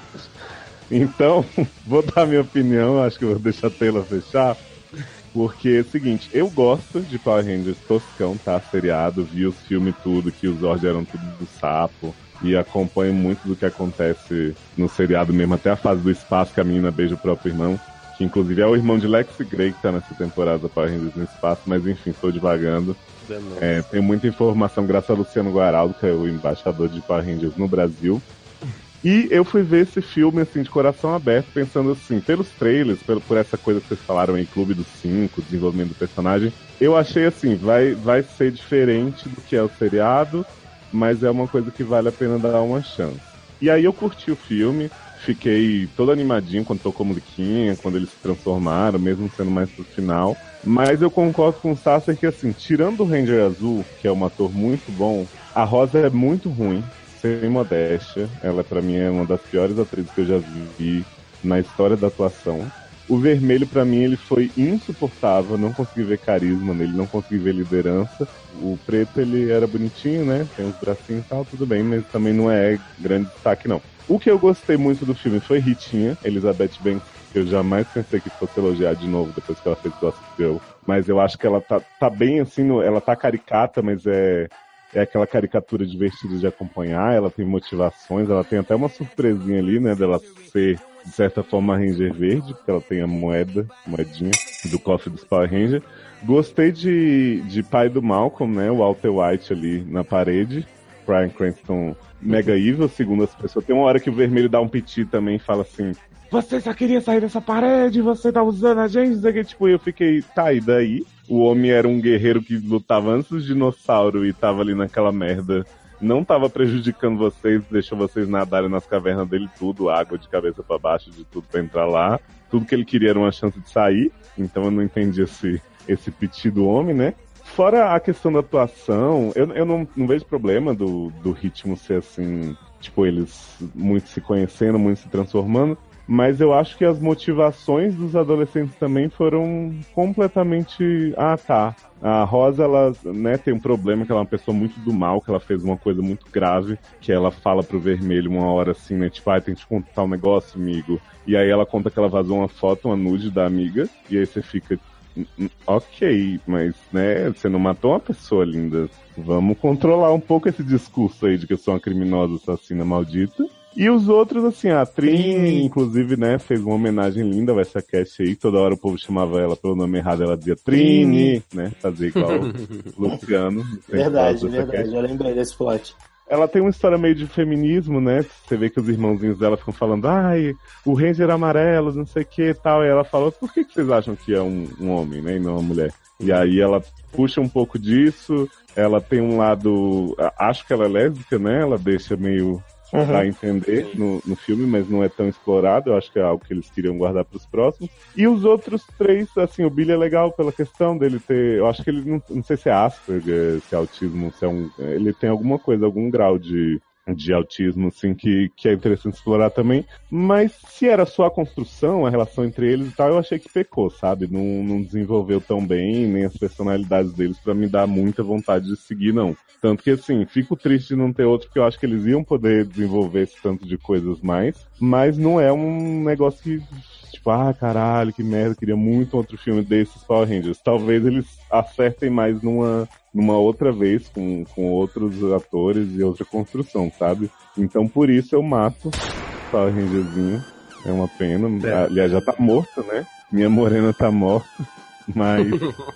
Então, vou dar minha opinião, acho que eu vou deixar a Taylor fechar. Porque é o seguinte, eu gosto de Power Rangers toscão, tá? Seriado, vi os filmes tudo, que os Zord eram tudo do sapo. E acompanho muito do que acontece no seriado mesmo, até a fase do espaço, que a menina beija o próprio irmão. Que inclusive é o irmão de Lex Grey que tá nessa temporada Power Rangers no espaço. Mas enfim, estou devagando. É, tem muita informação graças a Luciano Guaraldo, que é o embaixador de Power Rangers no Brasil. E eu fui ver esse filme, assim, de coração aberto, pensando assim, pelos trailers, por, por essa coisa que vocês falaram aí, Clube dos Cinco, desenvolvimento do personagem, eu achei assim, vai, vai ser diferente do que é o seriado, mas é uma coisa que vale a pena dar uma chance. E aí eu curti o filme, fiquei todo animadinho quando tocou musiquinha, quando eles se transformaram, mesmo sendo mais pro final. Mas eu concordo com o Sasser que, assim, tirando o Ranger Azul, que é um ator muito bom, a Rosa é muito ruim. Sem modéstia, ela pra mim é uma das piores atrizes que eu já vi na história da atuação. O Vermelho pra mim ele foi insuportável, não consegui ver carisma nele, não consegui ver liderança. O Preto ele era bonitinho, né, tem uns bracinhos e tal, tudo bem, mas também não é grande destaque não. O que eu gostei muito do filme foi Ritinha, Elizabeth Banks, que eu jamais pensei que fosse elogiar de novo depois que ela fez Gossip Girl. Mas eu acho que ela tá, tá bem assim, no, ela tá caricata, mas é... É aquela caricatura divertida de acompanhar, ela tem motivações, ela tem até uma surpresinha ali, né, dela ser, de certa forma, Ranger Verde, porque ela tem a moeda, moedinha, do cofre dos Power Rangers. Gostei de, de Pai do Malcolm, né, o Walter White ali na parede, Bryan Cranston mega evil, segundo as pessoas. Tem uma hora que o Vermelho dá um piti também e fala assim, você só queria sair dessa parede, você tá usando a gente, que tipo, eu fiquei, tá, e daí? O homem era um guerreiro que lutava antes dos dinossauros e tava ali naquela merda. Não tava prejudicando vocês, deixou vocês nadarem nas cavernas dele tudo, água de cabeça pra baixo, de tudo pra entrar lá. Tudo que ele queria era uma chance de sair, então eu não entendi esse, esse piti do homem, né? Fora a questão da atuação, eu, eu não, não vejo problema do, do ritmo ser assim, tipo, eles muito se conhecendo, muito se transformando. Mas eu acho que as motivações dos adolescentes também foram completamente... Ah, tá. A Rosa, ela, né, tem um problema que ela é uma pessoa muito do mal, que ela fez uma coisa muito grave, que ela fala pro Vermelho uma hora assim, né, tipo, ah, tem que te contar um negócio, amigo. E aí ela conta que ela vazou uma foto, uma nude da amiga, e aí você fica... Ok, mas, né, você não matou uma pessoa linda. Vamos controlar um pouco esse discurso aí de que eu sou uma criminosa assassina maldita. E os outros, assim, a Trini, inclusive, né, fez uma homenagem linda a essa cast aí, toda hora o povo chamava ela pelo nome errado, ela dizia Trini, né, fazer igual o Luciano. Verdade, verdade, eu lembrei desse plot. Ela tem uma história meio de feminismo, né, você vê que os irmãozinhos dela ficam falando, ai, o Ranger amarelo, não sei o que e tal, e ela fala, por que, que vocês acham que é um, um homem, né, e não uma mulher? E aí ela puxa um pouco disso, ela tem um lado, acho que ela é lésbica, né, ela deixa meio... Uhum. Dá a entender no, no filme, mas não é tão explorado. Eu acho que é algo que eles queriam guardar pros próximos. E os outros três, assim, o Billy é legal pela questão dele ter... Eu acho que ele, não, não sei se é Asperger, se é autismo, se é um... Ele tem alguma coisa, algum grau de, de autismo, assim, que, que é interessante explorar também. Mas se era só a construção, a relação entre eles e tal, eu achei que pecou, sabe? Não, não desenvolveu tão bem, nem as personalidades deles pra me dar muita vontade de seguir, não. Tanto que, assim, fico triste de não ter outro, porque eu acho que eles iam poder desenvolver esse tanto de coisas mais, mas não é um negócio que, tipo, ah, caralho, que merda, queria muito outro filme desses Power Rangers. Talvez eles acertem mais numa... numa outra vez, com, com outros atores e outra construção, sabe? Então, por isso eu mato o Power Rangerzinho. É uma pena. É. Aliás, já tá morto, né? Minha morena tá morta. Mas...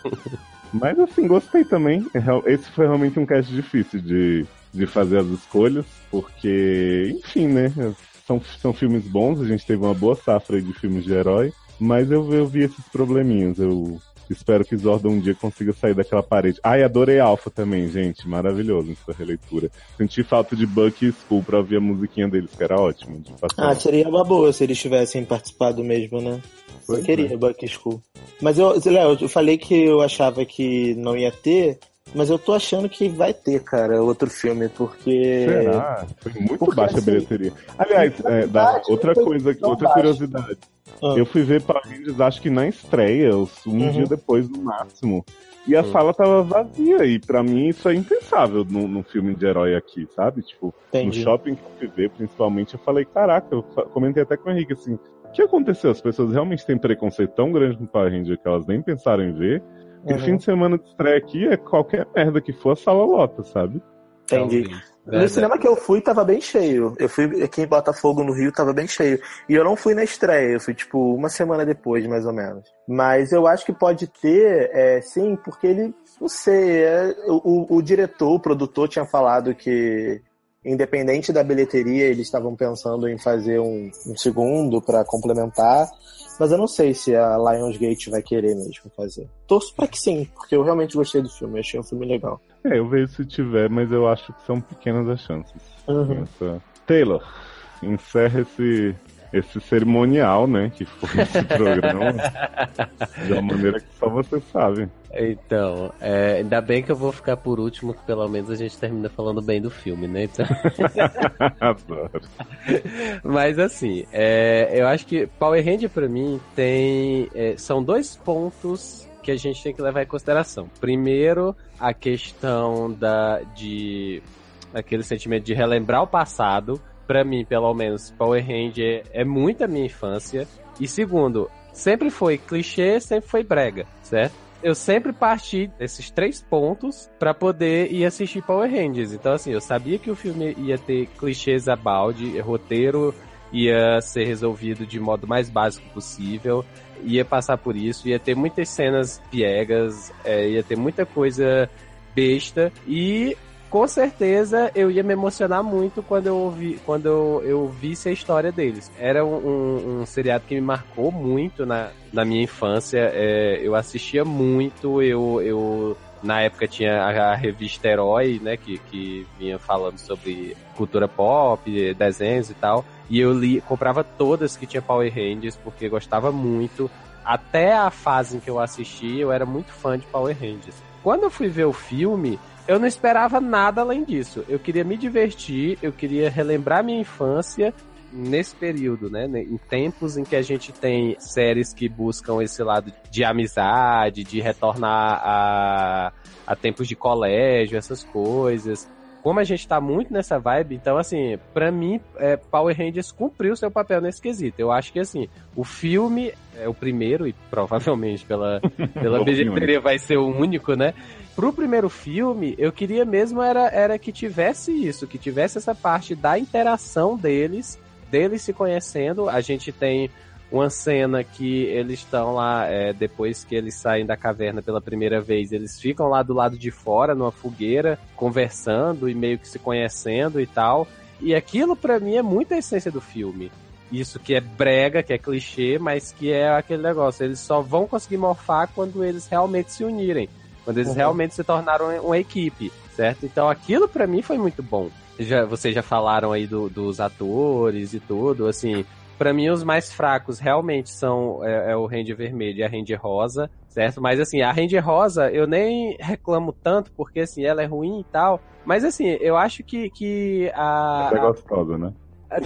mas, assim, gostei também. Esse foi realmente um cast difícil de, de fazer as escolhas, porque, enfim, né? São, são filmes bons, a gente teve uma boa safra aí de filmes de herói, mas eu, eu vi esses probleminhas. Eu... espero que Zordon um dia consiga sair daquela parede. Ai, adorei Alpha também, gente. Maravilhoso essa releitura. Senti falta de Bucky e Skull pra ouvir a musiquinha deles, que era ótimo. Ah, seria uma boa se eles tivessem participado mesmo, né? Pois eu queria é. Bucky e Skull. Mas, eu, Léo, eu falei que eu achava que não ia ter, mas eu tô achando que vai ter, cara, outro filme, porque... Será? Foi muito porque, baixa assim, a bilheteria. Aliás, é, da, outra coisa, outra baixo. curiosidade. Ah. Eu fui ver Power Rangers, acho que na estreia, um uhum. dia depois no máximo. E a uhum. sala tava vazia. E pra mim isso é impensável num, num filme de herói aqui, sabe? Tipo, Entendi. no shopping que eu fui ver, principalmente, eu falei, caraca, eu comentei até com o Henrique assim, o que aconteceu? As pessoas realmente têm preconceito tão grande com Power Ranger que elas nem pensaram em ver. E uhum. fim de semana de estreia aqui é qualquer merda que for, a sala lota, sabe? Entendi. No é, cinema é. que eu fui, tava bem cheio. Eu fui aqui em Botafogo, no Rio, tava bem cheio. E eu não fui na estreia, eu fui, tipo, uma semana depois, mais ou menos. Mas eu acho que pode ter, é, sim, porque ele, não sei, é, o, o diretor, o produtor tinha falado que, independente da bilheteria, eles estavam pensando em fazer um, um segundo pra complementar. Mas eu não sei se a Lionsgate vai querer mesmo fazer. Torço pra que sim, porque eu realmente gostei do filme, achei um filme legal. É, eu vejo se tiver, mas eu acho que são pequenas as chances. Uhum. Essa... Taylor, encerra esse, esse cerimonial, né, que foi esse programa, de uma maneira que só você sabe. Então, é, ainda bem que eu vou ficar por último, que pelo menos a gente termina falando bem do filme, né? Então... Adoro. Mas assim, é, eu acho que Power Ranger pra mim tem... É, são dois pontos que a gente tem que levar em consideração. Primeiro, a questão da, de... aquele sentimento de relembrar o passado. Pra mim, pelo menos, Power Ranger é muito a minha infância. E segundo, sempre foi clichê, sempre foi brega, certo? Eu sempre parti desses três pontos pra poder ir assistir Power Rangers. Então, assim, eu sabia que o filme ia ter clichês a balde, roteiro ia ser resolvido de modo mais básico possível, ia passar por isso, ia ter muitas cenas piegas, é, ia ter muita coisa besta e... com certeza eu ia me emocionar muito quando eu, ouvi, quando eu, eu visse a história deles. Era um, um, um seriado que me marcou muito na, na minha infância. É, eu assistia muito, eu, eu na época tinha a, a revista Herói, né, que, que vinha falando sobre cultura pop, desenhos e tal. E eu li, comprava todas que tinha Power Rangers, porque gostava muito. Até a fase em que eu assisti, eu era muito fã de Power Rangers. Quando eu fui ver o filme... eu não esperava nada além disso. Eu queria me divertir, eu queria relembrar minha infância nesse período, né? Em tempos em que a gente tem séries que buscam esse lado de amizade, de retornar a, a tempos de colégio, essas coisas. Como a gente tá muito nessa vibe, então, assim, pra mim, é, Power Rangers cumpriu seu papel nesse quesito. Eu acho que, assim, o filme é o primeiro, e provavelmente pela, pela bilheteria vai ser o único, né? Pro primeiro filme, eu queria mesmo era, era que tivesse isso, que tivesse essa parte da interação deles, deles se conhecendo. A gente tem uma cena que eles estão lá, é, depois que eles saem da caverna pela primeira vez, eles ficam lá do lado de fora, numa fogueira, conversando e meio que se conhecendo e tal. E aquilo pra mim é muito a essência do filme. Isso que é brega, que é clichê, mas que é aquele negócio. Eles só vão conseguir morfar quando eles realmente se unirem. Quando eles uhum. realmente se tornaram uma equipe, certo? Então aquilo pra mim foi muito bom. Já, vocês já falaram aí do, dos atores e tudo, assim... pra mim os mais fracos realmente são é, é o Ranger Vermelho e a Ranger Rosa, certo? Mas assim, a Ranger Rosa eu nem reclamo tanto, porque assim, ela é ruim e tal, mas assim, eu acho que, que a... Ela é gostosa, né?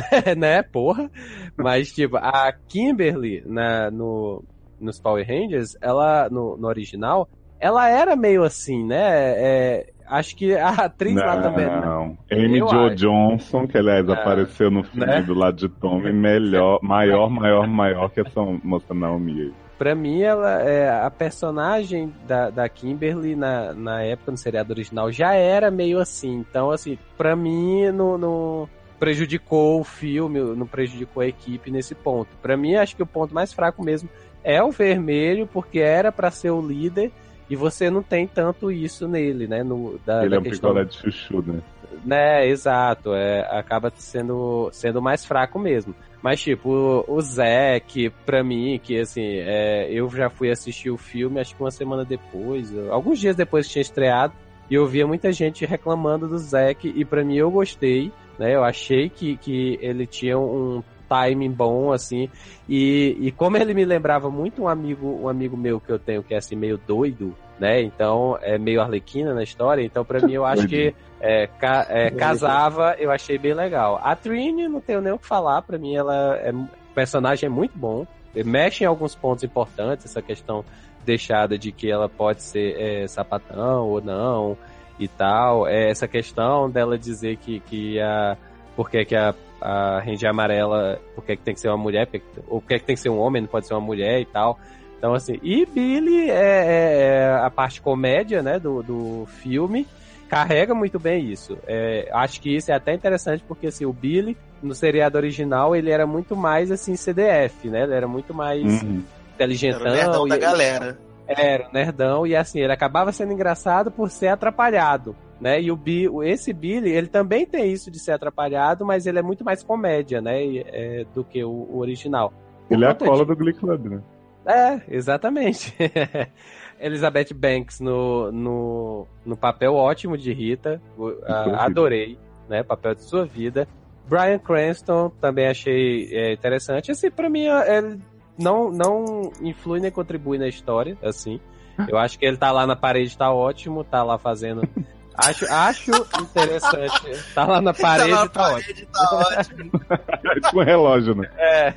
né, porra. Mas tipo, a Kimberly na, no, nos Power Rangers, ela, no, no original, ela era meio assim, né? É, acho que a atriz não, lá também... Não, Amy Jo Johnson, que aliás é, apareceu no filme né? do lado de Tommy, melhor, maior, maior, maior que essa moça Naomi. Pra mim, ela é, a personagem da, da Kimberly na, na época, no seriado original, já era meio assim. Então, assim, pra mim, no, no prejudicou o filme, não prejudicou a equipe nesse ponto. Pra mim, acho que o ponto mais fraco mesmo é o Vermelho, porque era pra ser o líder, e você não tem tanto isso nele, né? No, da, Ele da é um questão... picolé de chuchu, né? Né, exato. É, acaba sendo, sendo mais fraco mesmo. Mas, tipo, o, o Zack, pra mim, que, assim, é, eu já fui assistir o filme, acho que uma semana depois, alguns dias depois que tinha estreado, e eu via muita gente reclamando do Zack, e pra mim eu gostei, né? Eu achei que, que ele tinha um timing bom, assim, e, e como ele me lembrava muito um amigo, um amigo meu que eu tenho, que é, assim, meio doido, né? Então, é meio Arlequina na história, então pra mim eu acho que é, ca, é, casava, eu achei bem legal. A Trini, não tenho nem o que falar, pra mim ela é, o personagem é muito bom, mexe em alguns pontos importantes, essa questão deixada de que ela pode ser é, sapatão ou não, e tal, é, essa questão dela dizer que, que a... porque que a a Ranger Amarela, porque que tem que ser uma mulher, porque, ou porque que tem que ser um homem, não pode ser uma mulher e tal. Então, assim, e Billy é, é, é a parte comédia, né, do, do filme, carrega muito bem isso. É, acho que isso é até interessante, porque, assim, o Billy, no seriado original, ele era muito mais, assim, C D F, né, ele era muito mais uhum. inteligentão. Era o nerdão da e, galera. Era, o nerdão, e assim, ele acabava sendo engraçado por ser atrapalhado. Né? E o Bi, esse Billy, ele também tem isso de ser atrapalhado, mas ele é muito mais comédia, né? É, do que o, o original. Por ele é a cola de... do Glee Club, né? É, exatamente. Elizabeth Banks no, no, no papel ótimo de Rita, a, adorei, né? Papel de sua vida. Bryan Cranston também achei é, interessante. Assim, pra mim, ele não, não influi nem contribui na história, assim. Eu acho que ele tá lá na parede, tá ótimo, tá lá fazendo... Acho, acho interessante. Tá lá na parede, tá, na tá parede, ótimo. Tá ótimo. Com um relógio, né? É.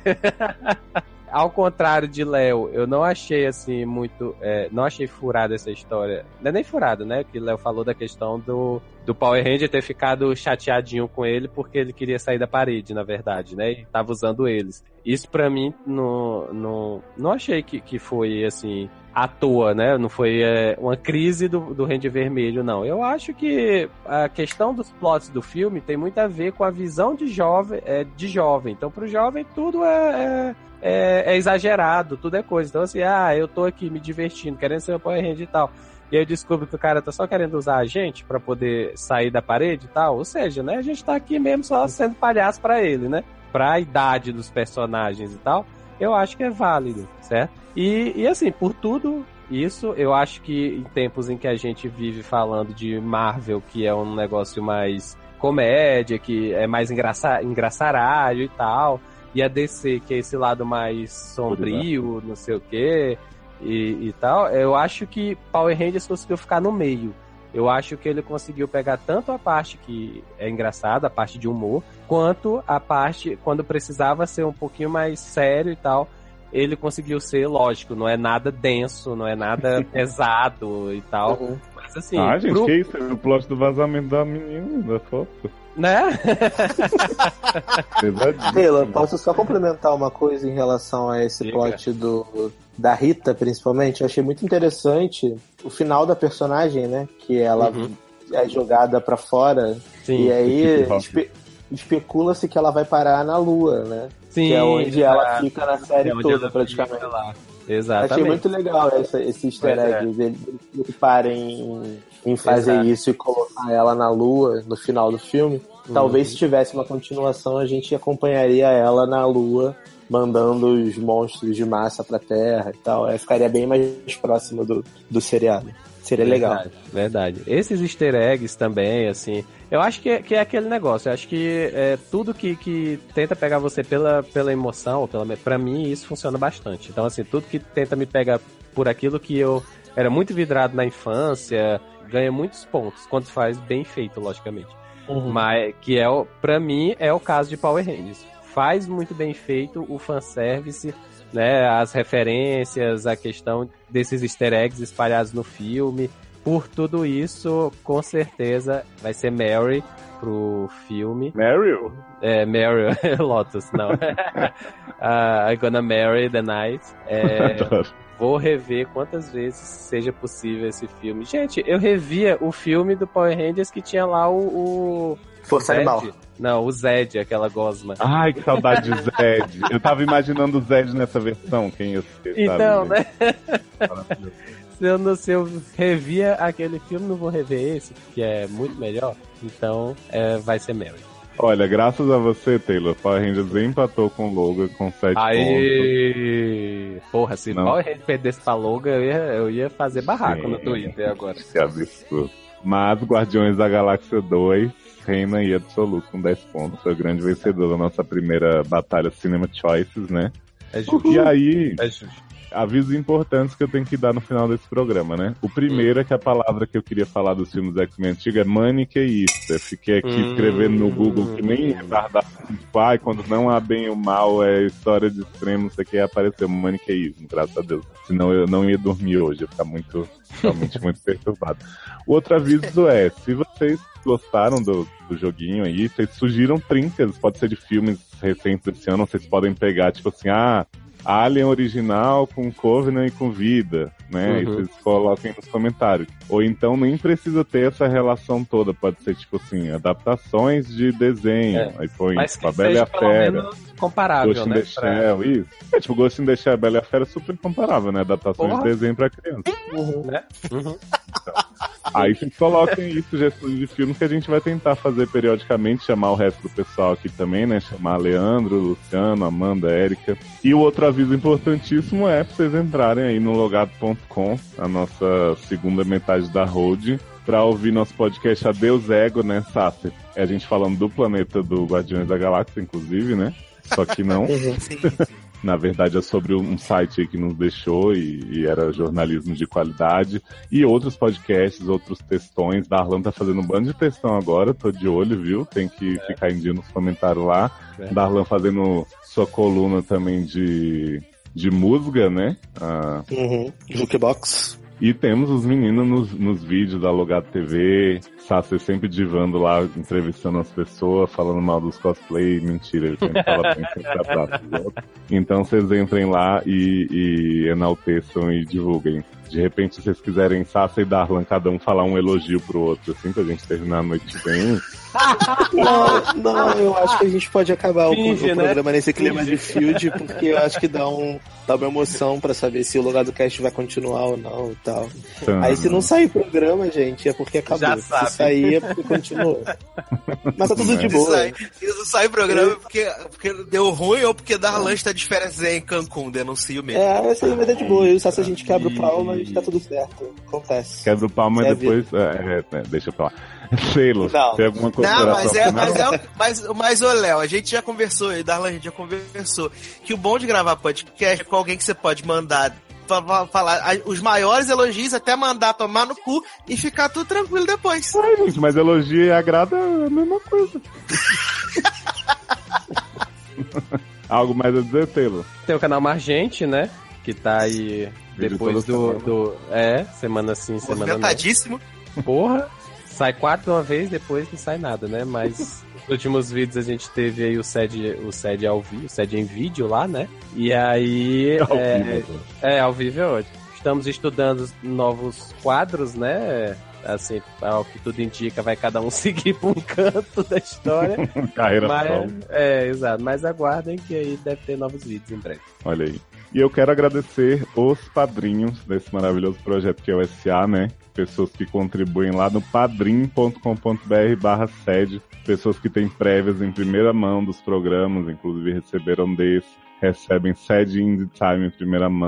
Ao contrário de Léo, eu não achei assim muito. É, não achei furada essa história. Não é nem furada, né? Que Léo falou da questão do, do Power Ranger ter ficado chateadinho com ele porque ele queria sair da parede, na verdade, né? E tava usando eles. Isso pra mim, não, não, não achei que, que foi assim. À toa, né? Não foi é, uma crise do, do Ranger Vermelho, não. Eu acho que a questão dos plots do filme tem muito a ver com a visão de jovem. É, de jovem. Então, pro jovem, tudo é, é, é, é exagerado, tudo é coisa. Então, assim, ah, eu tô aqui me divertindo, querendo ser um Power Ranger e tal. E aí eu descubro que o cara tá só querendo usar a gente pra poder sair da parede e tal. Ou seja, né? A gente tá aqui mesmo só sendo palhaço pra ele, né? Pra idade dos personagens e tal. Eu acho que é válido, certo? E, e assim, por tudo isso, eu acho que em tempos em que a gente vive falando de Marvel, que é um negócio mais comédia, que é mais engraça, engraçaralho e tal, e a D C, que é esse lado mais sombrio, não sei o quê, e, e tal, eu acho que Power Rangers conseguiu ficar no meio. Eu acho que ele conseguiu pegar tanto a parte que é engraçada, a parte de humor, quanto a parte quando precisava ser um pouquinho mais sério e tal. Ele conseguiu ser, lógico, não é nada denso, não é nada pesado e tal. Uhum. Mas assim. Ah, gente, pro... que isso? O plot do vazamento da menina, da foto. Né? Taylor, posso só complementar uma coisa em relação a esse Diga. plot do, da Rita, principalmente? Eu achei muito interessante o final da personagem, né? Que ela uhum. é jogada pra fora. Sim, e aí espe- especula-se que ela vai parar na Lua, né? Sim, que é onde é, ela fica na série é toda, praticamente. Lá. Exatamente. Achei muito legal essa, esse easter egg, é. eles se preocuparem em, em fazer Exato. isso e colocar ela na Lua no final do filme. Uhum. Talvez se tivesse uma continuação, a gente acompanharia ela na Lua, mandando os monstros de massa pra Terra e tal. Aí ficaria bem mais próximo do, do seriado. Seria verdade, legal. Verdade. Esses easter eggs também, assim, eu acho que é, que é aquele negócio, eu acho que é, tudo que, que tenta pegar você pela, pela emoção, ou pela, pra mim isso funciona bastante. Então, assim, tudo que tenta me pegar por aquilo que eu era muito vidrado na infância, ganha muitos pontos, quando faz bem feito, logicamente. Uhum. Mas, que é, o, pra mim, é o caso de Power Rangers. Faz muito bem feito o fanservice, né, as referências, a questão desses easter eggs espalhados no filme. Por tudo isso, com certeza, vai ser Mary pro filme. Meryl? É, Meryl, Lotus, não. uh, I'm gonna marry the night. É, vou rever quantas vezes seja possível esse filme. Gente, eu revia o filme do Power Rangers que tinha lá o... o Força Zed. Animal. Não, o Zed, aquela gosma. Ai, que saudade de Zed. Eu tava imaginando o Zed nessa versão, quem ia ser, então, sabe? Né? se, eu, não, se eu revia aquele filme, não vou rever esse, que é muito melhor. Então, é, vai ser Mary. Olha, graças a você, Taylor, Power Rangers empatou com o Logan com sete Aê! pontos. Porra, se o Power Rangers perdesse pra Logan, eu ia, eu ia fazer barraco Sim. no Twitter agora. Que absurdo. Mas Guardiões da Galáxia dois reina e absoluto com dez pontos. Foi o grande vencedor da nossa primeira batalha Cinema Choices, né? É justo. E aí, é justo. avisos importantes que eu tenho que dar no final desse programa, né? O primeiro hum. é que a palavra que eu queria falar dos filmes X-Men antigos é maniqueísta. Fiquei aqui hum. escrevendo no Google que nem retardado. Pai, quando não há bem o mal, é história de extremo, isso aqui apareceu maniqueísmo, graças a Deus. Senão eu não ia dormir hoje, eu ia ficar muito, realmente muito perturbado. O outro aviso é, se vocês gostaram do, do joguinho aí, vocês surgiram trincas, pode ser de filmes recentes desse ano, vocês podem pegar, tipo assim, ah, Alien original com Covenant e com vida, né? Uhum. E vocês coloquem nos comentários. Ou então nem precisa ter essa relação toda, pode ser tipo assim, adaptações de desenho. É. Aí põe tipo, a Bela e a Fera. Comparável, Ghost né? in the Shell, pra... isso. É tipo, Ghost in the Shell e a Bela e a Fera é super comparável, né? Adaptações Porra. de desenho pra criança. Uhum. Né? Uhum. Então, aí vocês coloquem aí sugestões de filmes que a gente vai tentar fazer periodicamente, chamar o resto do pessoal aqui também, né? Chamar Leandro, Luciano, Amanda, Érica. E o outro aviso importantíssimo é pra vocês entrarem aí no logado ponto com, a nossa segunda metade da Road, pra ouvir nosso podcast Adeus Ego, né, Sasser? É a gente falando do planeta do Guardiões da Galáxia, inclusive, né? Só que não. Na verdade é sobre um site aí que nos deixou e, e era jornalismo de qualidade. E outros podcasts, outros textões. Darlan tá fazendo um bando de textão agora, tô de olho, viu? Tem que é. ficar em dia nos comentários lá. É. Darlan fazendo sua coluna também de, de música, né? Ah, uhum. Jukebox. E temos os meninos nos, nos vídeos da Logado T V, Sassi sempre divando lá, entrevistando as pessoas, falando mal dos cosplay. Mentira, ele sempre fala bem, sempre abraça os outros. Então vocês entrem lá e, e enalteçam e divulguem. De repente, se vocês quiserem Sassi e Darlan, cada um falar um elogio pro outro, assim, pra gente terminar a noite bem. Não, não, eu acho que a gente pode acabar Finge, o, o programa né? nesse clima Finge. de field, porque eu acho que dá, um, dá uma emoção pra saber se o Logado Cast vai continuar ou não e tal. Então, aí se não sair programa, gente, é porque acabou. Já sabe. Se sair é porque continuou. Mas tá tudo é. de boa. Se, sai, se não sair programa é porque, porque deu ruim ou porque Darlan está de férias em Cancún, denuncio mesmo. É, essa aí vai dar de boa. Eu só se a gente quebra o pau, mas tá tudo certo. Acontece. Quebra o pau, mas é depois... É, é, deixa eu falar. Selo, tem alguma coisa Não, mas é, mas é, mas, mas ô Léo, a gente já conversou, e Darlan, a gente já conversou, que o bom de gravar podcast é com alguém que você pode mandar pra falar os maiores elogios, até mandar tomar no cu e ficar tudo tranquilo depois. Ai, gente, mas elogio e agrada é a mesma coisa. Algo mais a dizer, Taylor? Tem o canal Margente, né? Que tá aí depois do, do... É, semana sim, semana não. Movimentadíssimo. Porra. Sai quatro de uma vez, depois não sai nada, né? Mas nos últimos vídeos a gente teve aí o S E D, o S E D ao vivo, o S E D em vídeo lá, né? E aí... Ao é, vivo. é, ao vivo é ótimo. Estamos estudando novos quadros, né? Assim, ao que tudo indica, vai cada um seguir para um canto da história. Carreira mas, solo. É, exato. Mas aguardem que aí deve ter novos vídeos em breve. Olha aí. E eu quero agradecer os padrinhos desse maravilhoso projeto que é o S A, né? Pessoas que contribuem lá no padrim ponto com ponto br barra sede. Pessoas que têm prévias em primeira mão dos programas, inclusive receberam desse. Recebem sede Indie Time em primeira mão.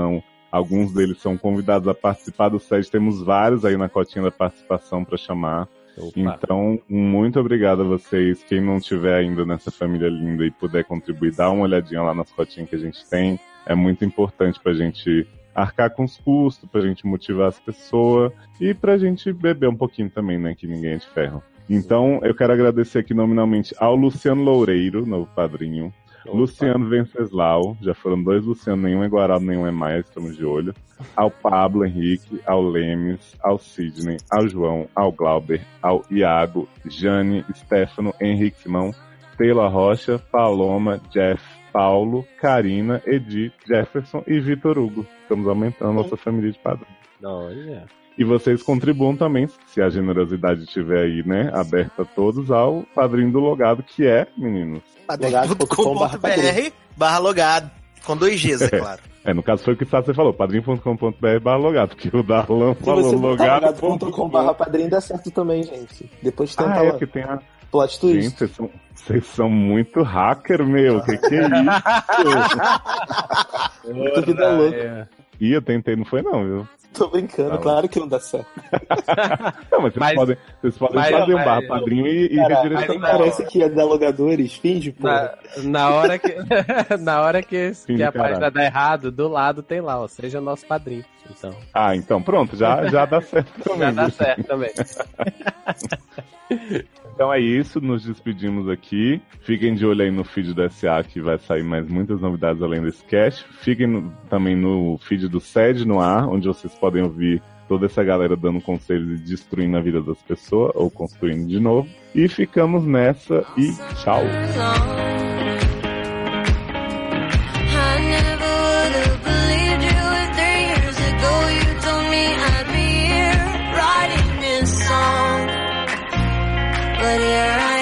Alguns deles são convidados a participar do sede. Temos vários aí na cotinha da participação para chamar. Opa. Então, muito obrigado a vocês. Quem não tiver ainda nessa família linda e puder contribuir, dá uma olhadinha lá nas cotinhas que a gente tem. É muito importante pra gente arcar com os custos, pra gente motivar as pessoas e pra gente beber um pouquinho também, né? Que ninguém é de ferro. Então, eu quero agradecer aqui nominalmente ao Luciano Loureiro, novo padrinho. Opa. Luciano Venceslau, já foram dois Luciano, nenhum é Guarado, nenhum é Maia, estamos de olho. Ao Pablo Henrique, ao Lemes, ao Sidney, ao João, ao Glauber, ao Iago, Jane, Stefano, Henrique Simão, Taylor Rocha, Paloma, Jeff, Paulo, Karina, Edith, Jefferson e Vitor Hugo. Estamos aumentando a nossa família de padrões. Olha. E vocês contribuam também, se a generosidade estiver aí, né, aberta a todos, ao padrinho do Logado, que é, meninos... padrinho ponto com ponto b r barra logado. Com dois Gs, é claro. É, no caso foi o que você falou, padrinho ponto com ponto b r barra logado, porque o Darlan falou logado. logado ponto com barra padrinho dá certo também, gente. Depois tenta ah, é lá. que tem a... plot twist. Gente, vocês são, vocês são muito hacker, meu. Que que é isso? Muito vida louca. Ih, eu tentei, não foi não, viu? Tô brincando, ah, claro que não dá certo. Não, mas vocês mas, podem, vocês podem mas, fazer um barra padrinho e, e redirecionar. Parece que é da Logadores, finge, pô. Na, na hora que, na hora que, que a página dá errado, do lado tem lá, ó, seja nosso padrinho. Então. Ah, então pronto, já, já dá certo também. Já dá certo também. Então é isso, nos despedimos aqui. Fiquem de olho aí no feed do S A, que vai sair mais muitas novidades além desse cast. Fiquem no, também no feed do Sede no ar, onde vocês podem ouvir toda essa galera dando conselhos e destruindo a vida das pessoas, ou construindo de novo. E ficamos nessa e tchau! But here I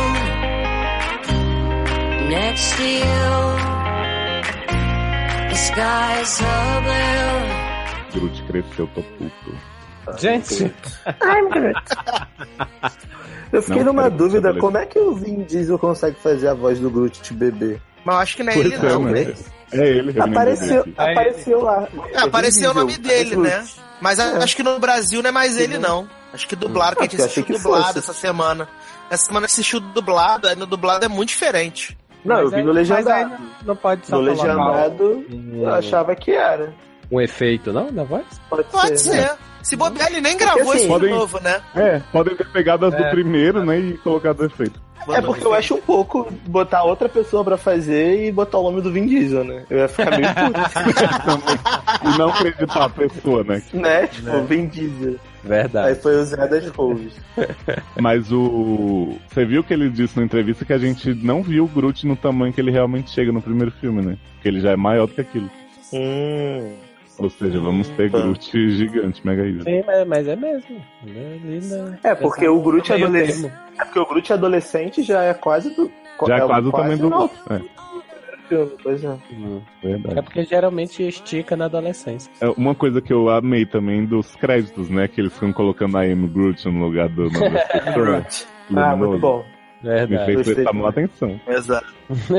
am, next to you. The sky's so blue. Groot cresceu, tô puto. Gente! I'm Groot. Eu fiquei não, numa dúvida, como é que o Vin Diesel consegue fazer a voz do Groot de bebê? Mas eu acho que não é ele é, não, né? É ele. Apareceu, apareceu lá. É, apareceu o nome dele, né? Mas é. Acho que no Brasil não é mais ele, não. Acho que dublado, que a gente assistiu dublado fosse. essa semana. Essa semana assistiu dublado, aí no dublado é muito diferente. Não, mas eu vi aí, no legendado. Não, não pode só no legendado, hum. eu achava que era. Um efeito, não, na voz? Pode, pode ser. ser. Né? Se bobear, ele nem gravou porque, assim, isso podem, de novo, né? É, podem ter pegado as é. do primeiro, né, e colocado o efeito. É porque eu acho um pouco botar outra pessoa pra fazer e botar o nome do Vin Diesel, né? Eu ia ficar meio puto. E não acreditar a pessoa, né? Né? Tipo, né? Vin Diesel. Verdade. Aí foi o Zé das Roses. Mas o... Você viu que ele disse na entrevista que a gente não viu o Groot no tamanho que ele realmente chega no primeiro filme, né? Porque ele já é maior do que aquilo. Hum... Ou seja, vamos ter hum. Groot gigante, mega híbrido. Sim, mas, mas é mesmo. É, é porque o Groot adolescente. É porque o Groot adolescente já é quase do. Já é, é quase o tamanho do Groot. É. Pois é. Hum, verdade. É porque geralmente estica na adolescência. É uma coisa que eu amei também dos créditos, né? Que eles ficam colocando a Amy Groot no lugar do nome da Groot. Ah, muito bom. Verdade. Me fez prestar uma atenção. Exato.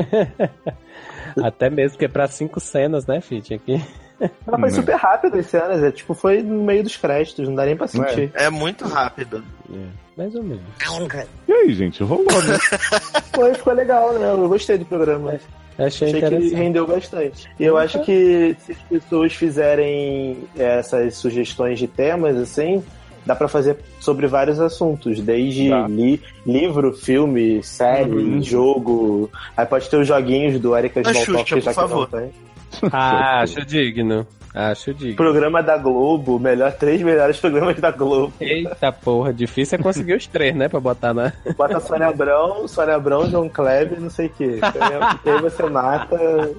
Até mesmo que é pra cinco cenas, né, Fit? Aqui. Ela foi super rápido as cenas, é tipo, foi no meio dos créditos, não dá nem pra sentir. É, é muito rápido. É, mais ou menos. E aí, gente, rolou, né? Foi, ficou legal, né? Eu gostei do programa. Achei, Achei que rendeu bastante. E eu acho que se as pessoas fizerem essas sugestões de temas, assim, dá pra fazer sobre vários assuntos, desde li, livro, filme, série, uhum. jogo. Aí pode ter os joguinhos do Erika Smalltalk, já que não tem. Ah, acho digno. Acho digno. Programa da Globo, melhor, três melhores programas da Globo. Eita porra, difícil é conseguir os três, né? Pra botar na. Bota Sônia Abrão, Sônia Abrão, João Kleber, não sei o quê. E aí você mata.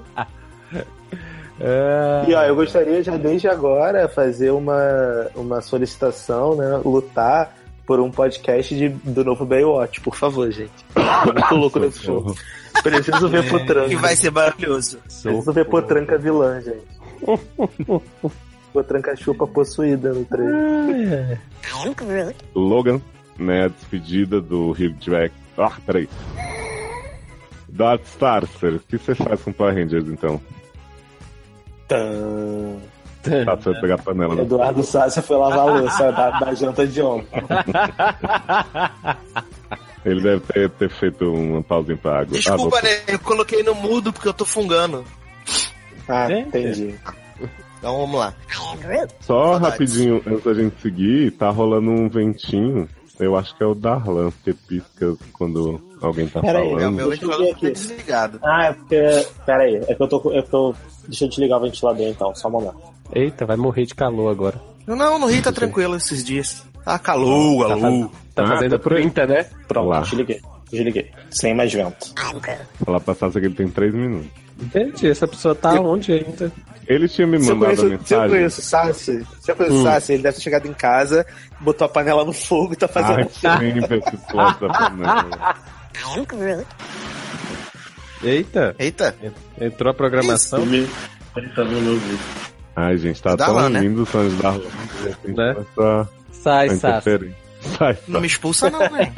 Ah. E ó, eu gostaria já desde agora fazer uma, uma solicitação, né? Lutar por um podcast de, do novo Baywatch, por favor, gente. Tô muito louco nesse show. Preciso ver Potranca. Que vai ser maravilhoso. Preciso ver Potranca vilã, gente. Potranca chupa possuída no trailer. Logan, né? A despedida do Hugh Jack. Ah, peraí. Darth Starcer, o que você faz com Power Rangers então? Tã... Sassi vai pegar a panela. Né? Eduardo Sassi foi lavar a louça da, da janta de ontem. Ele deve ter, ter feito uma pausinha pra água. Desculpa, ah, né? Eu coloquei no mudo porque eu tô fungando. Ah, entendi. Então vamos lá. Só Saudades. Rapidinho, antes da gente seguir, tá rolando um ventinho. Eu acho que é o Darlan, que pisca quando alguém tá pera falando. Aí, é o meu ventilador tá desligado. Ah, é porque... Pera aí, é que eu tô... Eu tô... Deixa eu desligar o ventilador então, só um momento. Eita, vai morrer de calor agora. Não, no Rio tá tranquilo esses dias. Tá calor, tá calor. Tá fazendo trinta, né? Pronto, lá. desliguei. Desliguei. Sem mais vento. Falar pra Sassi que ele tem três minutos. Entendi, essa pessoa tá eu... onde ainda? Ele tinha me mandado conheço, a mensagem. Se eu conheço o Sassi, se eu conheço o Sassi, ele deve ter chegado em casa, botou a panela no fogo e tá fazendo... Ai, sempre esse plot da panela. Eita. Eita. Entrou a programação. Ai, gente, tá Darlan, tão né? lindo o sonho de Darlan. Né? Essa... Sai, Sassi. Sai, não me expulsa não, velho.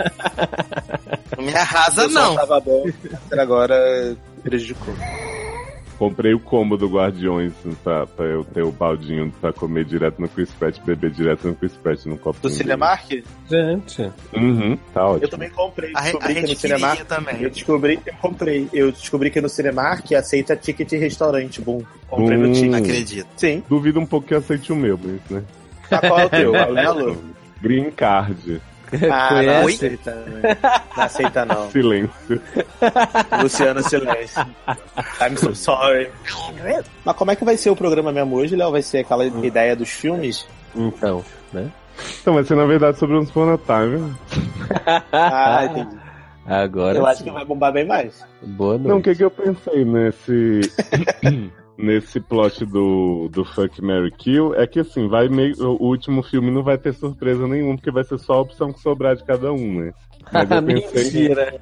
Não me arrasa não. Tava bom, agora prejudicou. Comprei o combo do Guardiões pra, pra eu ter o baldinho pra comer direto no Chris Pratt, beber direto no Chris Pratt no copo. Do Cinemark? Gente. Uhum, tá ótimo. Eu também comprei. A, descobri a que no Cinemark também. Eu descobri, eu comprei. Eu descobri que no Cinemark aceita ticket de restaurante. Bom, comprei Hum, no ticket. Acredito. Sim. Duvido um pouco que aceite o meu, mas, né? Tá, qual é o teu? Alô? Green Card. Ah, não aceita, né? Não aceita não. Silêncio. Luciano, silêncio. I'm so sorry. Mas como é que vai ser o programa mesmo hoje, Léo? Vai ser aquela hum. ideia dos filmes? Então, né? Então vai ser na verdade sobre Once Upon a Time. Ah, entendi. Agora eu sim. acho que vai bombar bem mais. Boa noite. Não, o que, que eu pensei nesse... nesse plot do, do Fuck, Marry, Kill, é que assim, vai meio, o último filme não vai ter surpresa nenhuma, porque vai ser só a opção que sobrar de cada um, né? Mas eu pensei... Mentira!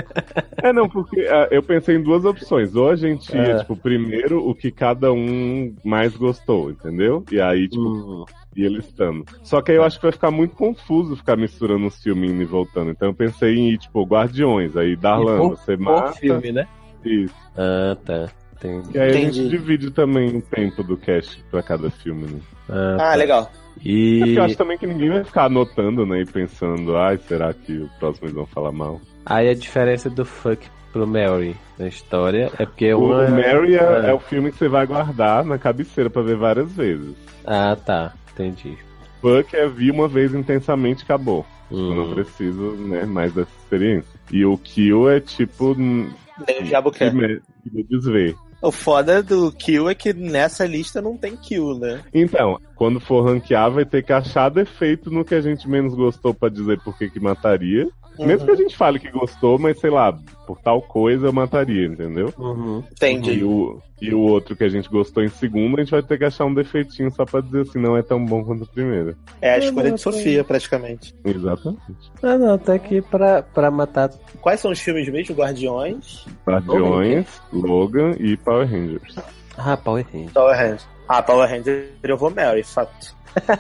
É, não, porque uh, eu pensei em duas opções. Ou a gente ia, é. tipo, primeiro o que cada um mais gostou, entendeu? E aí, tipo, hum. ia listando. Só que aí eu acho que vai ficar muito confuso ficar misturando os filmes indo e voltando. Então eu pensei em ir, tipo, Guardiões, aí Darlan, por, você mata... filme, né? Isso. Ah, tá. Entendi. E aí Entendi. a gente divide também o tempo do cast pra cada filme, né? Ah, Ah, tá. legal. E... Porque eu acho também que ninguém vai ficar anotando, né? E pensando, ai, será que o próximo eles vão falar mal? Aí a diferença do Fuck pro Mary na história é porque O uma... Mary é, ah. é o filme que você vai guardar na cabeceira pra ver várias vezes. Ah, tá. Entendi. Fuck é vi uma vez intensamente e acabou. Hum. Eu não preciso, né, mais dessa experiência. E o Kill é tipo... Nem o diabo quer. Que me, que me desvê. O foda do Kill é que nessa lista não tem Kill, né? Então, quando for ranquear, vai ter que achar defeito no que a gente menos gostou pra dizer por que que mataria. Uhum. Mesmo que a gente fale que gostou, mas sei lá, por tal coisa eu mataria, entendeu? Uhum. Entendi. E o, e o outro que a gente gostou em segundo, a gente vai ter que achar um defeitinho só pra dizer assim, não é tão bom quanto o primeiro. É a escolha de Sofia, praticamente. Exatamente. Ah, não, tá aqui pra, pra matar. Quais são os filmes mesmo? Guardiões? Guardiões, Logan e Power Rangers. Ah, Power Rangers. Power Rangers. Ah, Power Rangers eu vou Mary, fato.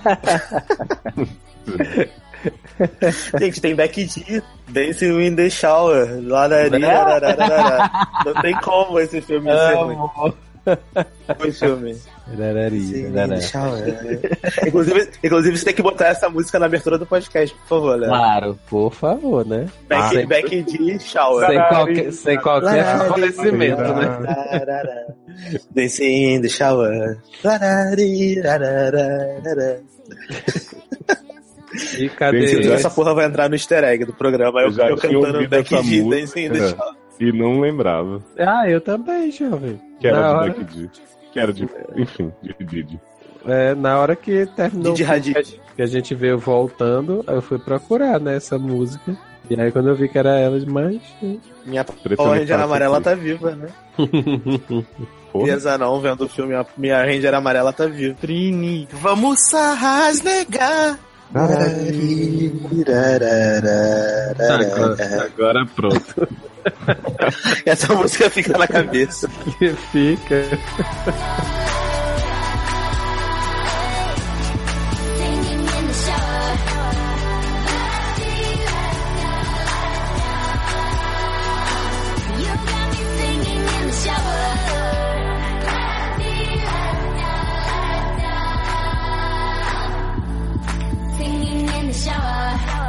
Gente, tem Becky G, Dancing in the Shower, lararira, não tem como esse filme ser ruim. Foi filme. inclusive, inclusive, você tem que botar essa música na abertura do podcast, por favor, né? Claro, por favor, né? Becky, ah, Becky G, Shower. Sem qualquer, sem qualquer favorecimento, né? Dancing in the Shower. E cadê? Gente, essa porra vai entrar no easter egg do programa. Eu, eu, eu cantando Becky G, Dancing in the Shower. E não lembrava. Ah, eu também, jovem. Que era na de hora... Becky G. Que era de... Enfim, de Didi. É, na hora que terminou Didi Hadid. que a gente veio voltando, eu fui procurar, né, essa música. E aí quando eu vi que era ela demais... Minha Power Ranger amarela tá viva, né? Beleza, não, vendo o filme, a minha Ranger amarela tá viva. Trini, vamos rasnegar. Agora, agora pronto. Essa música fica na cabeça. Que fica. shower.